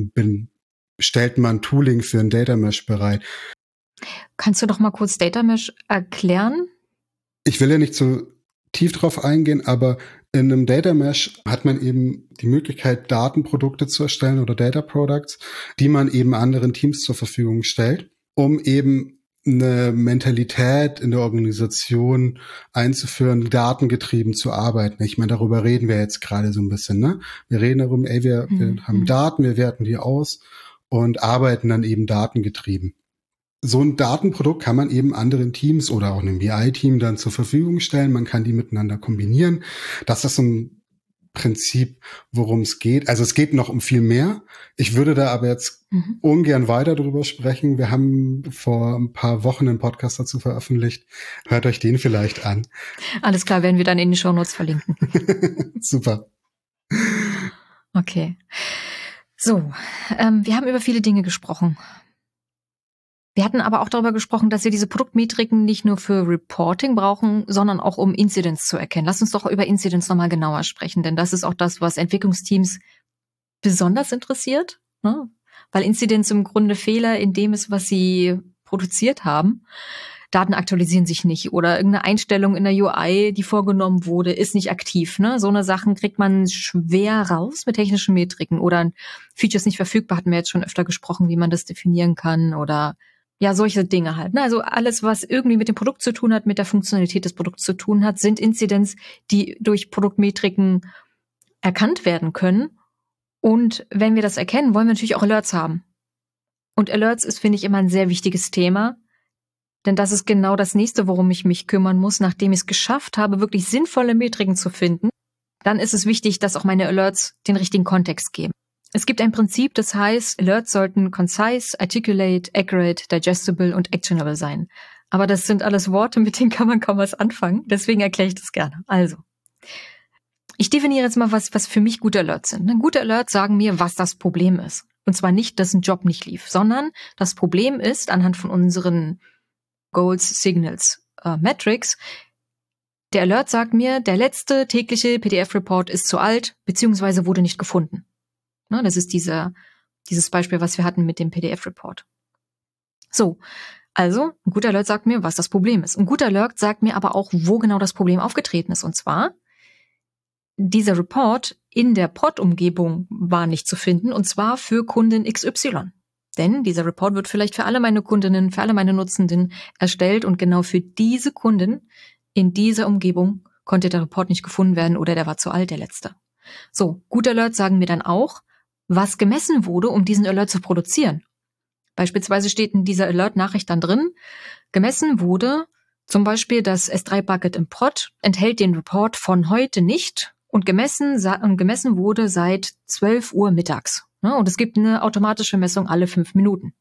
stellt man Tooling für ein Data Mesh bereit.
Kannst du doch mal kurz Data Mesh erklären?
Ich will ja nicht so tief drauf eingehen, aber in einem Data Mesh hat man eben die Möglichkeit, Datenprodukte zu erstellen oder Data Products, die man eben anderen Teams zur Verfügung stellt, um eben eine Mentalität in der Organisation einzuführen, datengetrieben zu arbeiten. Ich meine, darüber reden wir jetzt gerade so ein bisschen, ne? Wir reden darum, wir haben Daten, wir werten die aus und arbeiten dann eben datengetrieben. So ein Datenprodukt kann man eben anderen Teams oder auch einem BI-Team dann zur Verfügung stellen. Man kann die miteinander kombinieren. Das ist so ein Prinzip, worum es geht. Also es geht noch um viel mehr. Ich würde da aber jetzt ungern weiter drüber sprechen. Wir haben vor ein paar Wochen einen Podcast dazu veröffentlicht. Hört euch den vielleicht an.
Alles klar, werden wir dann in den Shownotes verlinken.
Super.
Okay. So, wir haben über viele Dinge gesprochen. Wir hatten aber auch darüber gesprochen, dass wir diese Produktmetriken nicht nur für Reporting brauchen, sondern auch um Incidents zu erkennen. Lass uns doch über Incidents nochmal genauer sprechen, denn das ist auch das, was Entwicklungsteams besonders interessiert, ne? Weil Incidents im Grunde Fehler in dem ist, was sie produziert haben. Daten aktualisieren sich nicht oder irgendeine Einstellung in der UI, die vorgenommen wurde, ist nicht aktiv. Ne? So eine Sachen kriegt man schwer raus mit technischen Metriken oder ein Feature ist nicht verfügbar, hatten wir jetzt schon öfter gesprochen, wie man das definieren kann oder ja, solche Dinge halt. Ne? Also alles, was irgendwie mit dem Produkt zu tun hat, mit der Funktionalität des Produkts zu tun hat, sind Incidents, die durch Produktmetriken erkannt werden können. Und wenn wir das erkennen, wollen wir natürlich auch Alerts haben. Und Alerts ist, finde ich, immer ein sehr wichtiges Thema. Denn das ist genau das Nächste, worum ich mich kümmern muss, nachdem ich es geschafft habe, wirklich sinnvolle Metriken zu finden. Dann ist es wichtig, dass auch meine Alerts den richtigen Kontext geben. Es gibt ein Prinzip, das heißt, Alerts sollten concise, articulate, accurate, digestible und actionable sein. Aber das sind alles Worte, mit denen kann man kaum was anfangen. Deswegen erkläre ich das gerne. Also, ich definiere jetzt mal, was für mich gute Alerts sind. Gute Alerts sagen mir, was das Problem ist. Und zwar nicht, dass ein Job nicht lief, sondern das Problem ist, anhand von unseren Goals, Signals, Metrics, der Alert sagt mir, der letzte tägliche PDF-Report ist zu alt, beziehungsweise wurde nicht gefunden. Ne, das ist dieses Beispiel, was wir hatten mit dem PDF-Report. So, also ein guter Alert sagt mir, was das Problem ist. Ein guter Alert sagt mir aber auch, wo genau das Problem aufgetreten ist. Und zwar, dieser Report in der Pod-Umgebung war nicht zu finden, und zwar für Kundin XY. Denn dieser Report wird vielleicht für alle meine Kundinnen, für alle meine Nutzenden erstellt und genau für diese Kunden in dieser Umgebung konnte der Report nicht gefunden werden oder der war zu alt, der letzte. So, gute Alerts sagen mir dann auch, was gemessen wurde, um diesen Alert zu produzieren. Beispielsweise steht in dieser Alert-Nachricht dann drin, gemessen wurde zum Beispiel das S3-Bucket im Prod, enthält den Report von heute nicht und gemessen wurde seit 12 Uhr mittags. Und es gibt eine automatische Messung alle 5 Minuten.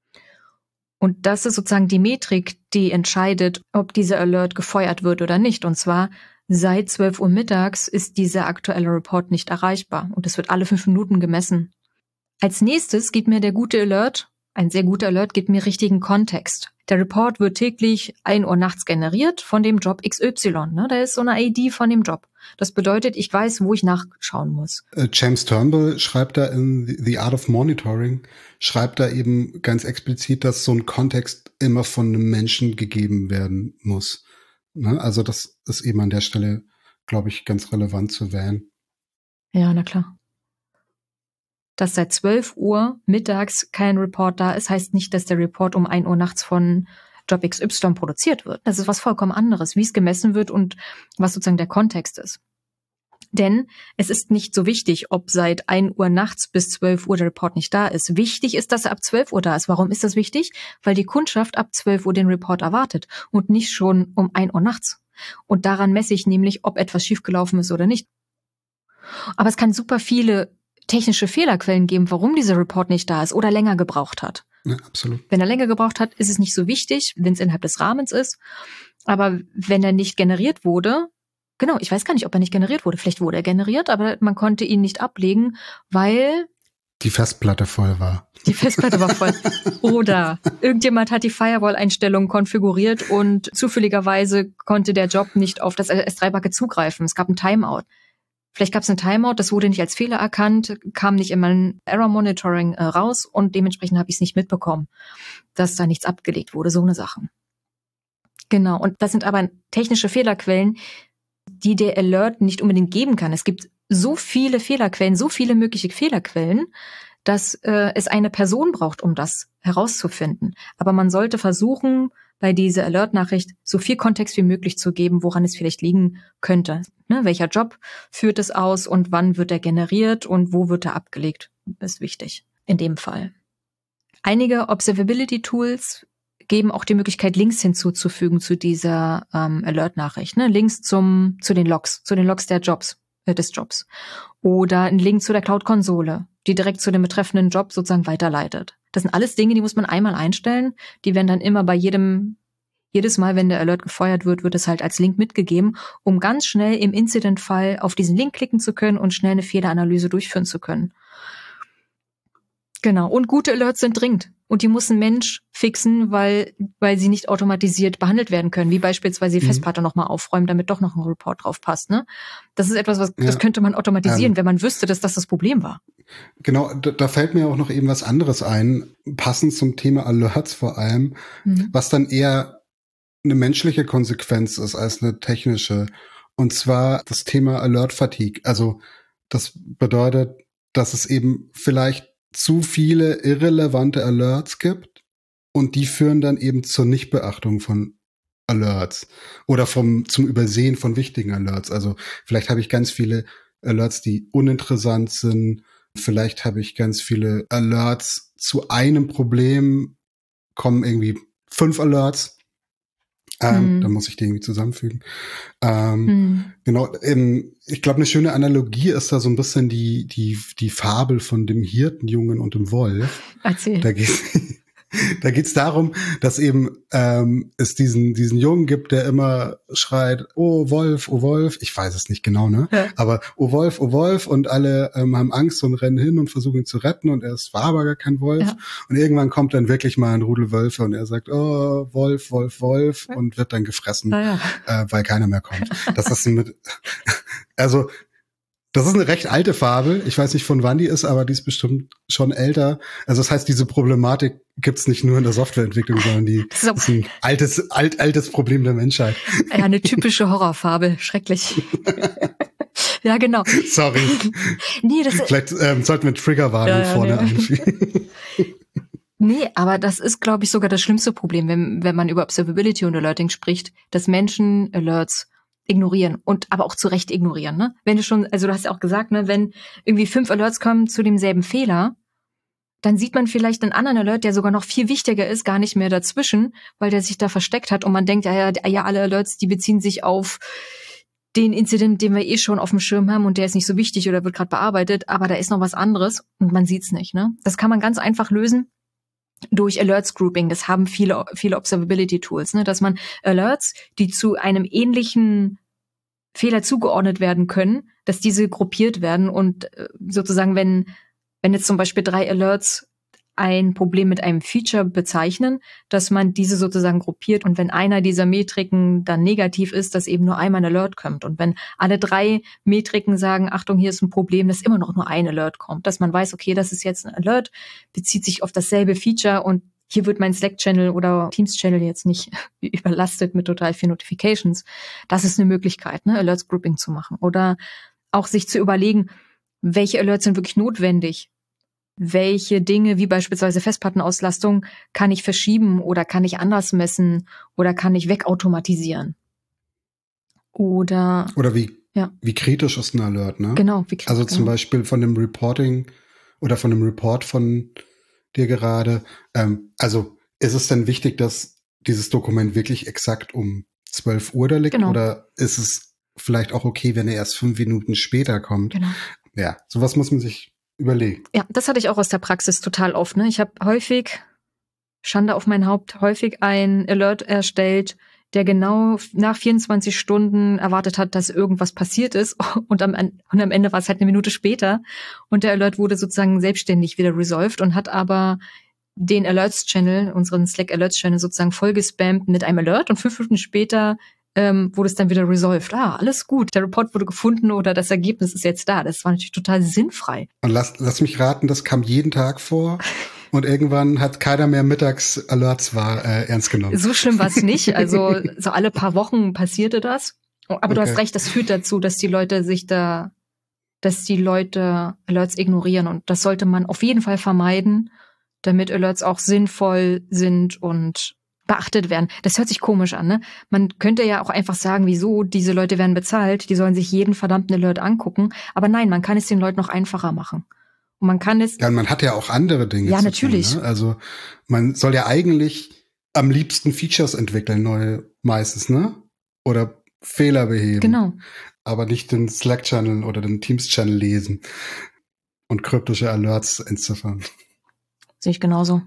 Und das ist sozusagen die Metrik, die entscheidet, ob dieser Alert gefeuert wird oder nicht. Und zwar seit 12 Uhr mittags ist dieser aktuelle Report nicht erreichbar. Und es wird alle 5 Minuten gemessen. Als nächstes gibt mir der gute Alert Ein sehr guter Alert gibt mir richtigen Kontext. Der Report wird täglich 1 Uhr nachts generiert von dem Job XY. Ne? Da ist so eine ID von dem Job. Das bedeutet, ich weiß, wo ich nachschauen muss.
James Turnbull schreibt da in The Art of Monitoring, schreibt da eben ganz explizit, dass so ein Kontext immer von einem Menschen gegeben werden muss. Ne? Also das ist eben an der Stelle, glaube ich, ganz relevant zu wählen.
Ja, na klar. Dass seit 12 Uhr mittags kein Report da ist, heißt nicht, dass der Report um 1 Uhr nachts von Job XY produziert wird. Das ist was vollkommen anderes, wie es gemessen wird und was sozusagen der Kontext ist. Denn es ist nicht so wichtig, ob seit 1 Uhr nachts bis 12 Uhr der Report nicht da ist. Wichtig ist, dass er ab 12 Uhr da ist. Warum ist das wichtig? Weil die Kundschaft ab 12 Uhr den Report erwartet und nicht schon um 1 Uhr nachts. Und daran messe ich nämlich, ob etwas schiefgelaufen ist oder nicht. Aber es kann super viele technische Fehlerquellen geben, warum dieser Report nicht da ist oder länger gebraucht hat.
Ja, absolut.
Wenn er länger gebraucht hat, ist es nicht so wichtig, wenn es innerhalb des Rahmens ist. Aber wenn er nicht generiert wurde, genau, ich weiß gar nicht, ob er nicht generiert wurde. Vielleicht wurde er generiert, aber man konnte ihn nicht ablegen, weil
die Festplatte voll war.
Die Festplatte war voll. Oder irgendjemand hat die Firewall-Einstellungen konfiguriert und zufälligerweise konnte der Job nicht auf das S3-Bucket zugreifen. Es gab ein Timeout. Vielleicht gab es ein Timeout, das wurde nicht als Fehler erkannt, kam nicht in mein Error-Monitoring raus und dementsprechend habe ich es nicht mitbekommen, dass da nichts abgelegt wurde, so eine Sache. Genau, und das sind aber technische Fehlerquellen, die der Alert nicht unbedingt geben kann. Es gibt so viele Fehlerquellen, so viele mögliche Fehlerquellen, dass es eine Person braucht, um das herauszufinden. Aber man sollte versuchen, bei dieser Alert-Nachricht so viel Kontext wie möglich zu geben, woran es vielleicht liegen könnte. Ne? Welcher Job führt es aus und wann wird er generiert und wo wird er abgelegt? Das ist wichtig in dem Fall. Einige Observability-Tools geben auch die Möglichkeit, Links hinzuzufügen zu dieser Alert-Nachricht. Ne? Links zu den Logs des Jobs. Oder ein Link zu der Cloud-Konsole, die direkt zu dem betreffenden Job sozusagen weiterleitet. Das sind alles Dinge, die muss man einmal einstellen. Die werden dann immer bei jedes Mal, wenn der Alert gefeuert wird, wird es halt als Link mitgegeben, um ganz schnell im Incident-Fall auf diesen Link klicken zu können und schnell eine Fehleranalyse durchführen zu können. Genau. Und gute Alerts sind dringend. Und die muss ein Mensch fixen, weil sie nicht automatisiert behandelt werden können. Wie beispielsweise die Festplatte nochmal aufräumen, damit doch noch ein Report drauf passt. Ne? Das ist etwas, das könnte man automatisieren, wenn man wüsste, dass das Problem war.
Genau, da fällt mir auch noch eben was anderes ein, passend zum Thema Alerts vor allem, was dann eher eine menschliche Konsequenz ist als eine technische. Und zwar das Thema Alert Fatigue. Also das bedeutet, dass es eben vielleicht zu viele irrelevante Alerts gibt und die führen dann eben zur Nichtbeachtung von Alerts oder zum Übersehen von wichtigen Alerts. Also vielleicht habe ich ganz viele Alerts, die uninteressant sind. Vielleicht habe ich ganz viele Alerts zu einem Problem, kommen irgendwie 5 Alerts. Dann muss ich die irgendwie zusammenfügen. Genau, ich glaube, eine schöne Analogie ist da so ein bisschen die Fabel von dem Hirtenjungen und dem Wolf.
Erzähl.
Da geht's darum, dass eben es diesen Jungen gibt, der immer schreit, oh Wolf, ich weiß es nicht genau, ne? Ja. Aber oh Wolf, und alle haben Angst und rennen hin und versuchen ihn zu retten und war aber gar kein Wolf. Ja. Und irgendwann kommt dann wirklich mal ein Rudel Wölfe und er sagt, oh Wolf und wird dann gefressen, weil keiner mehr kommt. Das ist das ist eine recht alte Fabel. Ich weiß nicht, von wann die ist, aber die ist bestimmt schon älter. Also das heißt, diese Problematik gibt's nicht nur in der Softwareentwicklung, sondern das ist ein altes Problem der Menschheit.
Ja, eine typische Horrorfabel. Schrecklich. Ja, genau.
Sorry.
Nee,
vielleicht sollten wir Triggerwarnung vorne einfügen.
Nee, aber das ist, glaube ich, sogar das schlimmste Problem, wenn man über Observability und Alerting spricht, dass Menschen Alerts ignorieren und aber auch zu Recht ignorieren, ne? Wenn du hast ja auch gesagt, ne, wenn irgendwie 5 Alerts kommen zu demselben Fehler, dann sieht man vielleicht einen anderen Alert, der sogar noch viel wichtiger ist, gar nicht mehr dazwischen, weil der sich da versteckt hat und man denkt, ja, alle Alerts, die beziehen sich auf den Incident, den wir eh schon auf dem Schirm haben und der ist nicht so wichtig oder wird gerade bearbeitet, aber da ist noch was anderes und man sieht's nicht, ne? Das kann man ganz einfach lösen durch Alerts Grouping. Das haben viele Observability Tools, ne, dass man Alerts, die zu einem ähnlichen Fehler zugeordnet werden können, dass diese gruppiert werden und sozusagen, wenn jetzt zum Beispiel 3 Alerts ein Problem mit einem Feature bezeichnen, dass man diese sozusagen gruppiert und wenn einer dieser Metriken dann negativ ist, dass eben nur einmal ein Alert kommt. Und wenn alle 3 Metriken sagen, Achtung, hier ist ein Problem, dass immer noch nur ein Alert kommt, dass man weiß, okay, das ist jetzt ein Alert, bezieht sich auf dasselbe Feature und hier wird mein Slack-Channel oder Teams-Channel jetzt nicht überlastet mit total vielen Notifications. Das ist eine Möglichkeit, ne, Alerts-Grouping zu machen. Oder auch sich zu überlegen, welche Alerts sind wirklich notwendig? Welche Dinge, wie beispielsweise Festplattenauslastung, kann ich verschieben oder kann ich anders messen oder kann ich wegautomatisieren? Oder
wie kritisch ist ein Alert, ne?
Genau, wie kritisch.
Also zum Beispiel von dem Reporting oder von dem Report von dir gerade. Also ist es denn wichtig, dass dieses Dokument wirklich exakt um 12 Uhr da liegt?
Genau.
Oder ist es vielleicht auch okay, wenn er erst 5 Minuten später kommt?
Genau.
Ja, sowas muss man sich überlegen.
Ja, das hatte ich auch aus der Praxis total oft. Ne? Ich habe häufig, Schande auf mein Haupt, häufig ein Alert erstellt, der genau nach 24 Stunden erwartet hat, dass irgendwas passiert ist. Und am Ende war es halt eine Minute später. Und der Alert wurde sozusagen selbstständig wieder resolved und hat aber den Alerts-Channel, unseren Slack-Alerts-Channel sozusagen vollgespammt mit einem Alert. Und 5 Minuten später wurde es dann wieder resolved. Alles gut. Der Report wurde gefunden oder das Ergebnis ist jetzt da. Das war natürlich total sinnfrei.
Und lass mich raten, das kam jeden Tag vor. Und irgendwann hat keiner mehr mittags Alerts ernst genommen.
So schlimm war es nicht. Also so alle paar Wochen passierte das. Aber okay. Du hast recht, das führt dazu, dass die Leute Alerts ignorieren. Und das sollte man auf jeden Fall vermeiden, damit Alerts auch sinnvoll sind und beachtet werden. Das hört sich komisch an, ne? Man könnte ja auch einfach sagen, wieso, diese Leute werden bezahlt, die sollen sich jeden verdammten Alert angucken. Aber nein, man kann es den Leuten noch einfacher machen. Und man kann es...
Ja, und man hat ja auch andere Dinge
ja, natürlich.
Tun, ne? Also man soll ja eigentlich am liebsten Features entwickeln, neue meistens, ne? Oder Fehler beheben.
Genau.
Aber nicht den Slack-Channel oder den Teams-Channel lesen und kryptische Alerts entziffern.
Sehe ich genauso.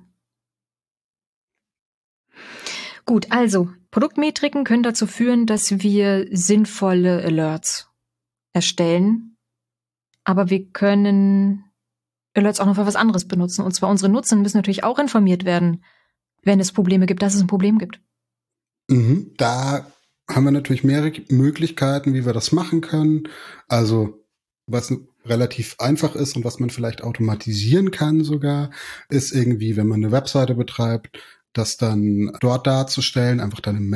Gut, also Produktmetriken können dazu führen, dass wir sinnvolle Alerts erstellen, aber wir können Alerts auch noch für was anderes benutzen. Und zwar unsere Nutzer müssen natürlich auch informiert werden, wenn es Probleme gibt, dass es ein Problem gibt.
Da haben wir natürlich mehrere Möglichkeiten, wie wir das machen können. Also was relativ einfach ist und was man vielleicht automatisieren kann sogar, ist irgendwie, wenn man eine Webseite betreibt, das dann dort darzustellen, einfach dann eine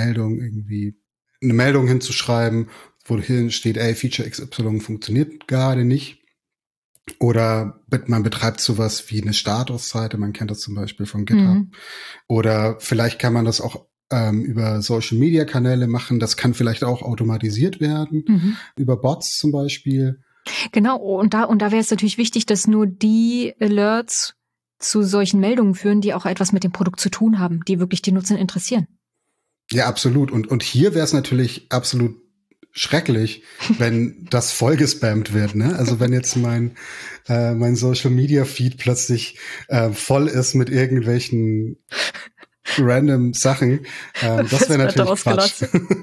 Meldung hinzuschreiben, wo hin steht, Feature XY funktioniert gerade nicht. Oder man betreibt sowas wie eine Statusseite, man kennt das zum Beispiel von GitHub. Oder vielleicht kann man das auch über Social-Media-Kanäle machen, das kann vielleicht auch automatisiert werden, über Bots zum Beispiel.
Genau, und da wäre es natürlich wichtig, dass nur die Alerts zu solchen Meldungen führen, die auch etwas mit dem Produkt zu tun haben, die wirklich die Nutzer interessieren. Ja,
absolut. Und hier wäre es natürlich absolut schrecklich, wenn das vollgespammt wird, ne? Also wenn jetzt mein Social Media Feed plötzlich voll ist mit irgendwelchen random Sachen, das wäre natürlich Quatsch.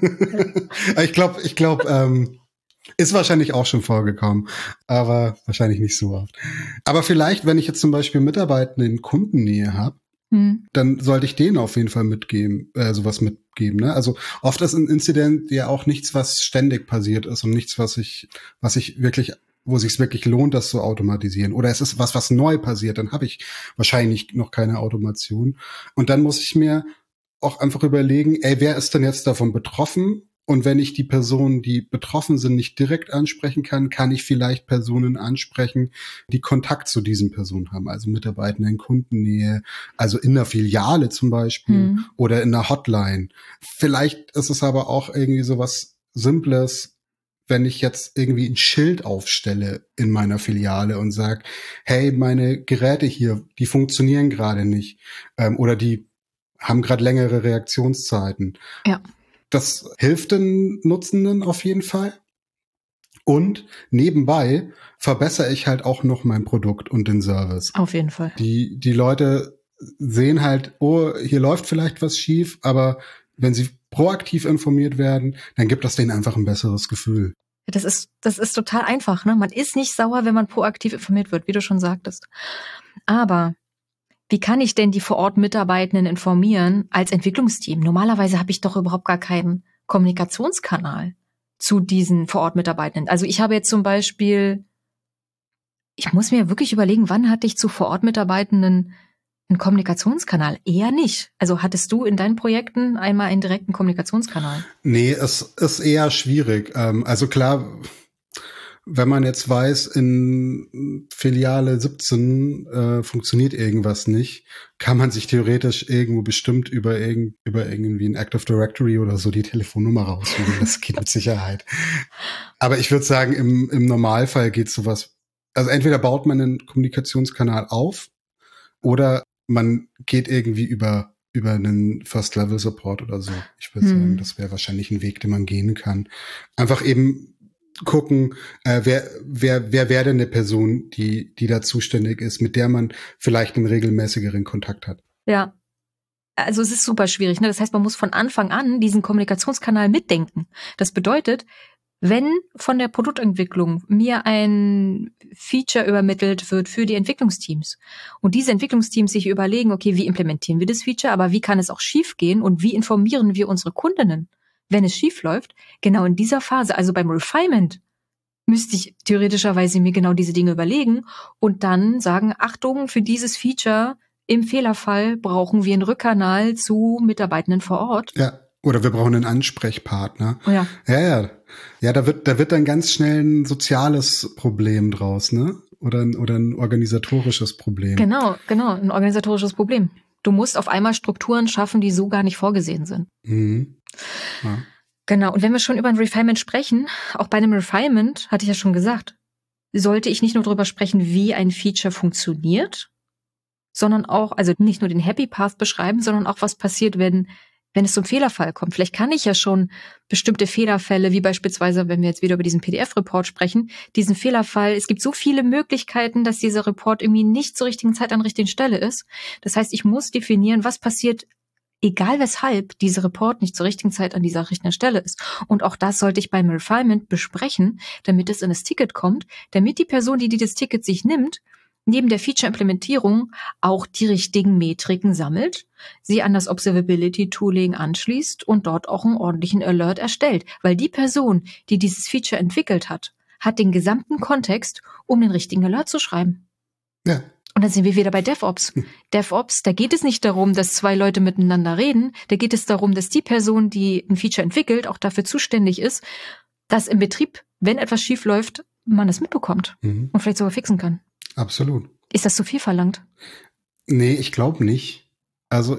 Ich glaube, ist wahrscheinlich auch schon vorgekommen, aber wahrscheinlich nicht so oft. Aber vielleicht, wenn ich jetzt zum Beispiel Mitarbeitende in Kundennähe habe, dann sollte ich denen auf jeden Fall sowas mitgeben. Ne? Also oft ist ein Incident ja auch nichts, was ständig passiert ist und nichts, wo sich wirklich lohnt, das zu automatisieren. Oder es ist was neu passiert, dann habe ich wahrscheinlich noch keine Automation. Und dann muss ich mir auch einfach überlegen, wer ist denn jetzt davon betroffen? Und wenn ich die Personen, die betroffen sind, nicht direkt ansprechen kann, kann ich vielleicht Personen ansprechen, die Kontakt zu diesen Personen haben. Also Mitarbeitende in Kundennähe, also in der Filiale zum Beispiel oder in der Hotline. Vielleicht ist es aber auch irgendwie so was Simples, wenn ich jetzt irgendwie ein Schild aufstelle in meiner Filiale und sage, hey, meine Geräte hier, die funktionieren gerade nicht. Oder die haben gerade längere Reaktionszeiten.
Ja.
Das hilft den Nutzenden auf jeden Fall. Und nebenbei verbessere ich halt auch noch mein Produkt und den Service.
Auf jeden Fall.
Die Leute sehen halt, hier läuft vielleicht was schief, aber wenn sie proaktiv informiert werden, dann gibt das denen einfach ein besseres Gefühl.
Das ist total einfach, ne? Man ist nicht sauer, wenn man proaktiv informiert wird, wie du schon sagtest. Aber Wie kann ich denn die vor Ort Mitarbeitenden informieren als Entwicklungsteam? Normalerweise habe ich doch überhaupt gar keinen Kommunikationskanal zu diesen vor Ort Mitarbeitenden. Also ich habe jetzt zum Beispiel, ich muss mir wirklich überlegen, wann hatte ich zu vor Ort Mitarbeitenden einen Kommunikationskanal? Eher nicht. Also hattest du in deinen Projekten einmal einen direkten Kommunikationskanal?
Nee, es ist eher schwierig. Also klar, wenn man jetzt weiß, in Filiale 17 funktioniert irgendwas nicht, kann man sich theoretisch irgendwo bestimmt über irgendwie ein Active Directory oder so die Telefonnummer rausholen. Das geht mit Sicherheit. Aber ich würde sagen, im Normalfall geht sowas. Also entweder baut man einen Kommunikationskanal auf oder man geht irgendwie über einen First-Level-Support oder so. Ich würde sagen, das wäre wahrscheinlich ein Weg, den man gehen kann. Einfach eben gucken, wer wäre denn eine Person, die da zuständig ist, mit der man vielleicht einen regelmäßigeren Kontakt hat.
Ja. Also es ist super schwierig, ne? Das heißt, man muss von Anfang an diesen Kommunikationskanal mitdenken. Das bedeutet, wenn von der Produktentwicklung mir ein Feature übermittelt wird für die Entwicklungsteams und diese Entwicklungsteams sich überlegen, okay, wie implementieren wir das Feature, aber wie kann es auch schiefgehen und wie informieren wir unsere Kundinnen, wenn es schief läuft, genau in dieser Phase, also beim Refinement, müsste ich theoretischerweise mir genau diese Dinge überlegen und dann sagen, Achtung, für dieses Feature im Fehlerfall brauchen wir einen Rückkanal zu Mitarbeitenden vor Ort.
Ja. Oder wir brauchen einen Ansprechpartner.
Oh ja.
Ja, da wird dann ganz schnell ein soziales Problem draus, ne? Oder ein organisatorisches Problem.
Genau, ein organisatorisches Problem. Du musst auf einmal Strukturen schaffen, die so gar nicht vorgesehen sind.
Mhm. Ja.
Genau, und wenn wir schon über ein Refinement sprechen, auch bei einem Refinement, hatte ich ja schon gesagt, sollte ich nicht nur darüber sprechen, wie ein Feature funktioniert, sondern auch, also nicht nur den Happy Path beschreiben, sondern auch, was passiert, wenn es zum Fehlerfall kommt. Vielleicht kann ich ja schon bestimmte Fehlerfälle, wie beispielsweise, wenn wir jetzt wieder über diesen PDF-Report sprechen, diesen Fehlerfall, es gibt so viele Möglichkeiten, dass dieser Report irgendwie nicht zur richtigen Zeit an der richtigen Stelle ist. Das heißt, ich muss definieren, was passiert, egal weshalb dieser Report nicht zur richtigen Zeit an dieser richtigen Stelle ist. Und auch das sollte ich beim Refinement besprechen, damit es in das Ticket kommt, damit die Person, die das Ticket sich nimmt, neben der Feature-Implementierung auch die richtigen Metriken sammelt, sie an das Observability-Tooling anschließt und dort auch einen ordentlichen Alert erstellt. Weil die Person, die dieses Feature entwickelt hat den gesamten Kontext, um den richtigen Alert zu schreiben.
Ja.
Und dann sind wir wieder bei DevOps. DevOps, da geht es nicht darum, dass zwei Leute miteinander reden, da geht es darum, dass die Person, die ein Feature entwickelt, auch dafür zuständig ist, dass im Betrieb, wenn etwas schief läuft, man es mitbekommt und vielleicht sogar fixen kann.
Absolut.
Ist das zu viel verlangt?
Nee, ich glaube nicht. Also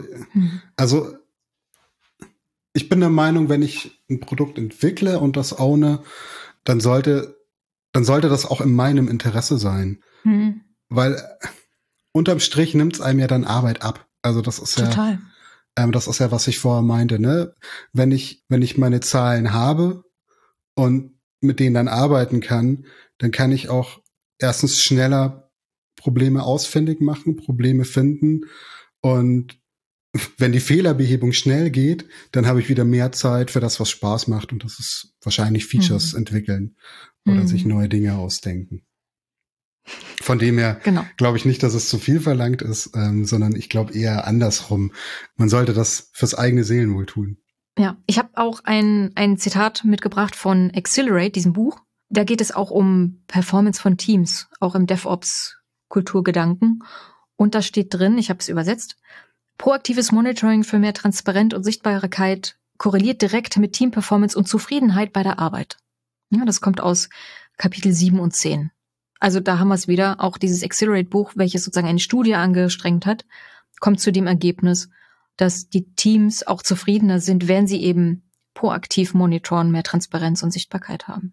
ich bin der Meinung, wenn ich ein Produkt entwickle und das owne, dann sollte das auch in meinem Interesse sein. Weil unterm Strich nimmt es einem ja dann Arbeit ab. Also das ist
Total.
Das ist ja, was ich vorher meinte, ne? Wenn ich meine Zahlen habe und mit denen dann arbeiten kann, dann kann ich auch erstens schneller Probleme ausfindig machen, Probleme finden. Und wenn die Fehlerbehebung schnell geht, dann habe ich wieder mehr Zeit für das, was Spaß macht. Und das ist wahrscheinlich Features entwickeln oder sich neue Dinge ausdenken. Von dem her glaube ich nicht, dass es zu viel verlangt ist, sondern ich glaube eher andersrum. Man sollte das fürs eigene Seelenwohl tun.
Ja, ich habe auch ein Zitat mitgebracht von Accelerate, diesem Buch. Da geht es auch um Performance von Teams, auch im DevOps-Kulturgedanken. Und da steht drin, ich habe es übersetzt, proaktives Monitoring für mehr Transparenz und Sichtbarkeit korreliert direkt mit Teamperformance und Zufriedenheit bei der Arbeit. Ja, das kommt aus Kapitel 7 und 10. Also da haben wir es wieder, auch dieses Accelerate-Buch, welches sozusagen eine Studie angestrengt hat, kommt zu dem Ergebnis, dass die Teams auch zufriedener sind, wenn sie eben proaktiv monitoren, mehr Transparenz und Sichtbarkeit haben.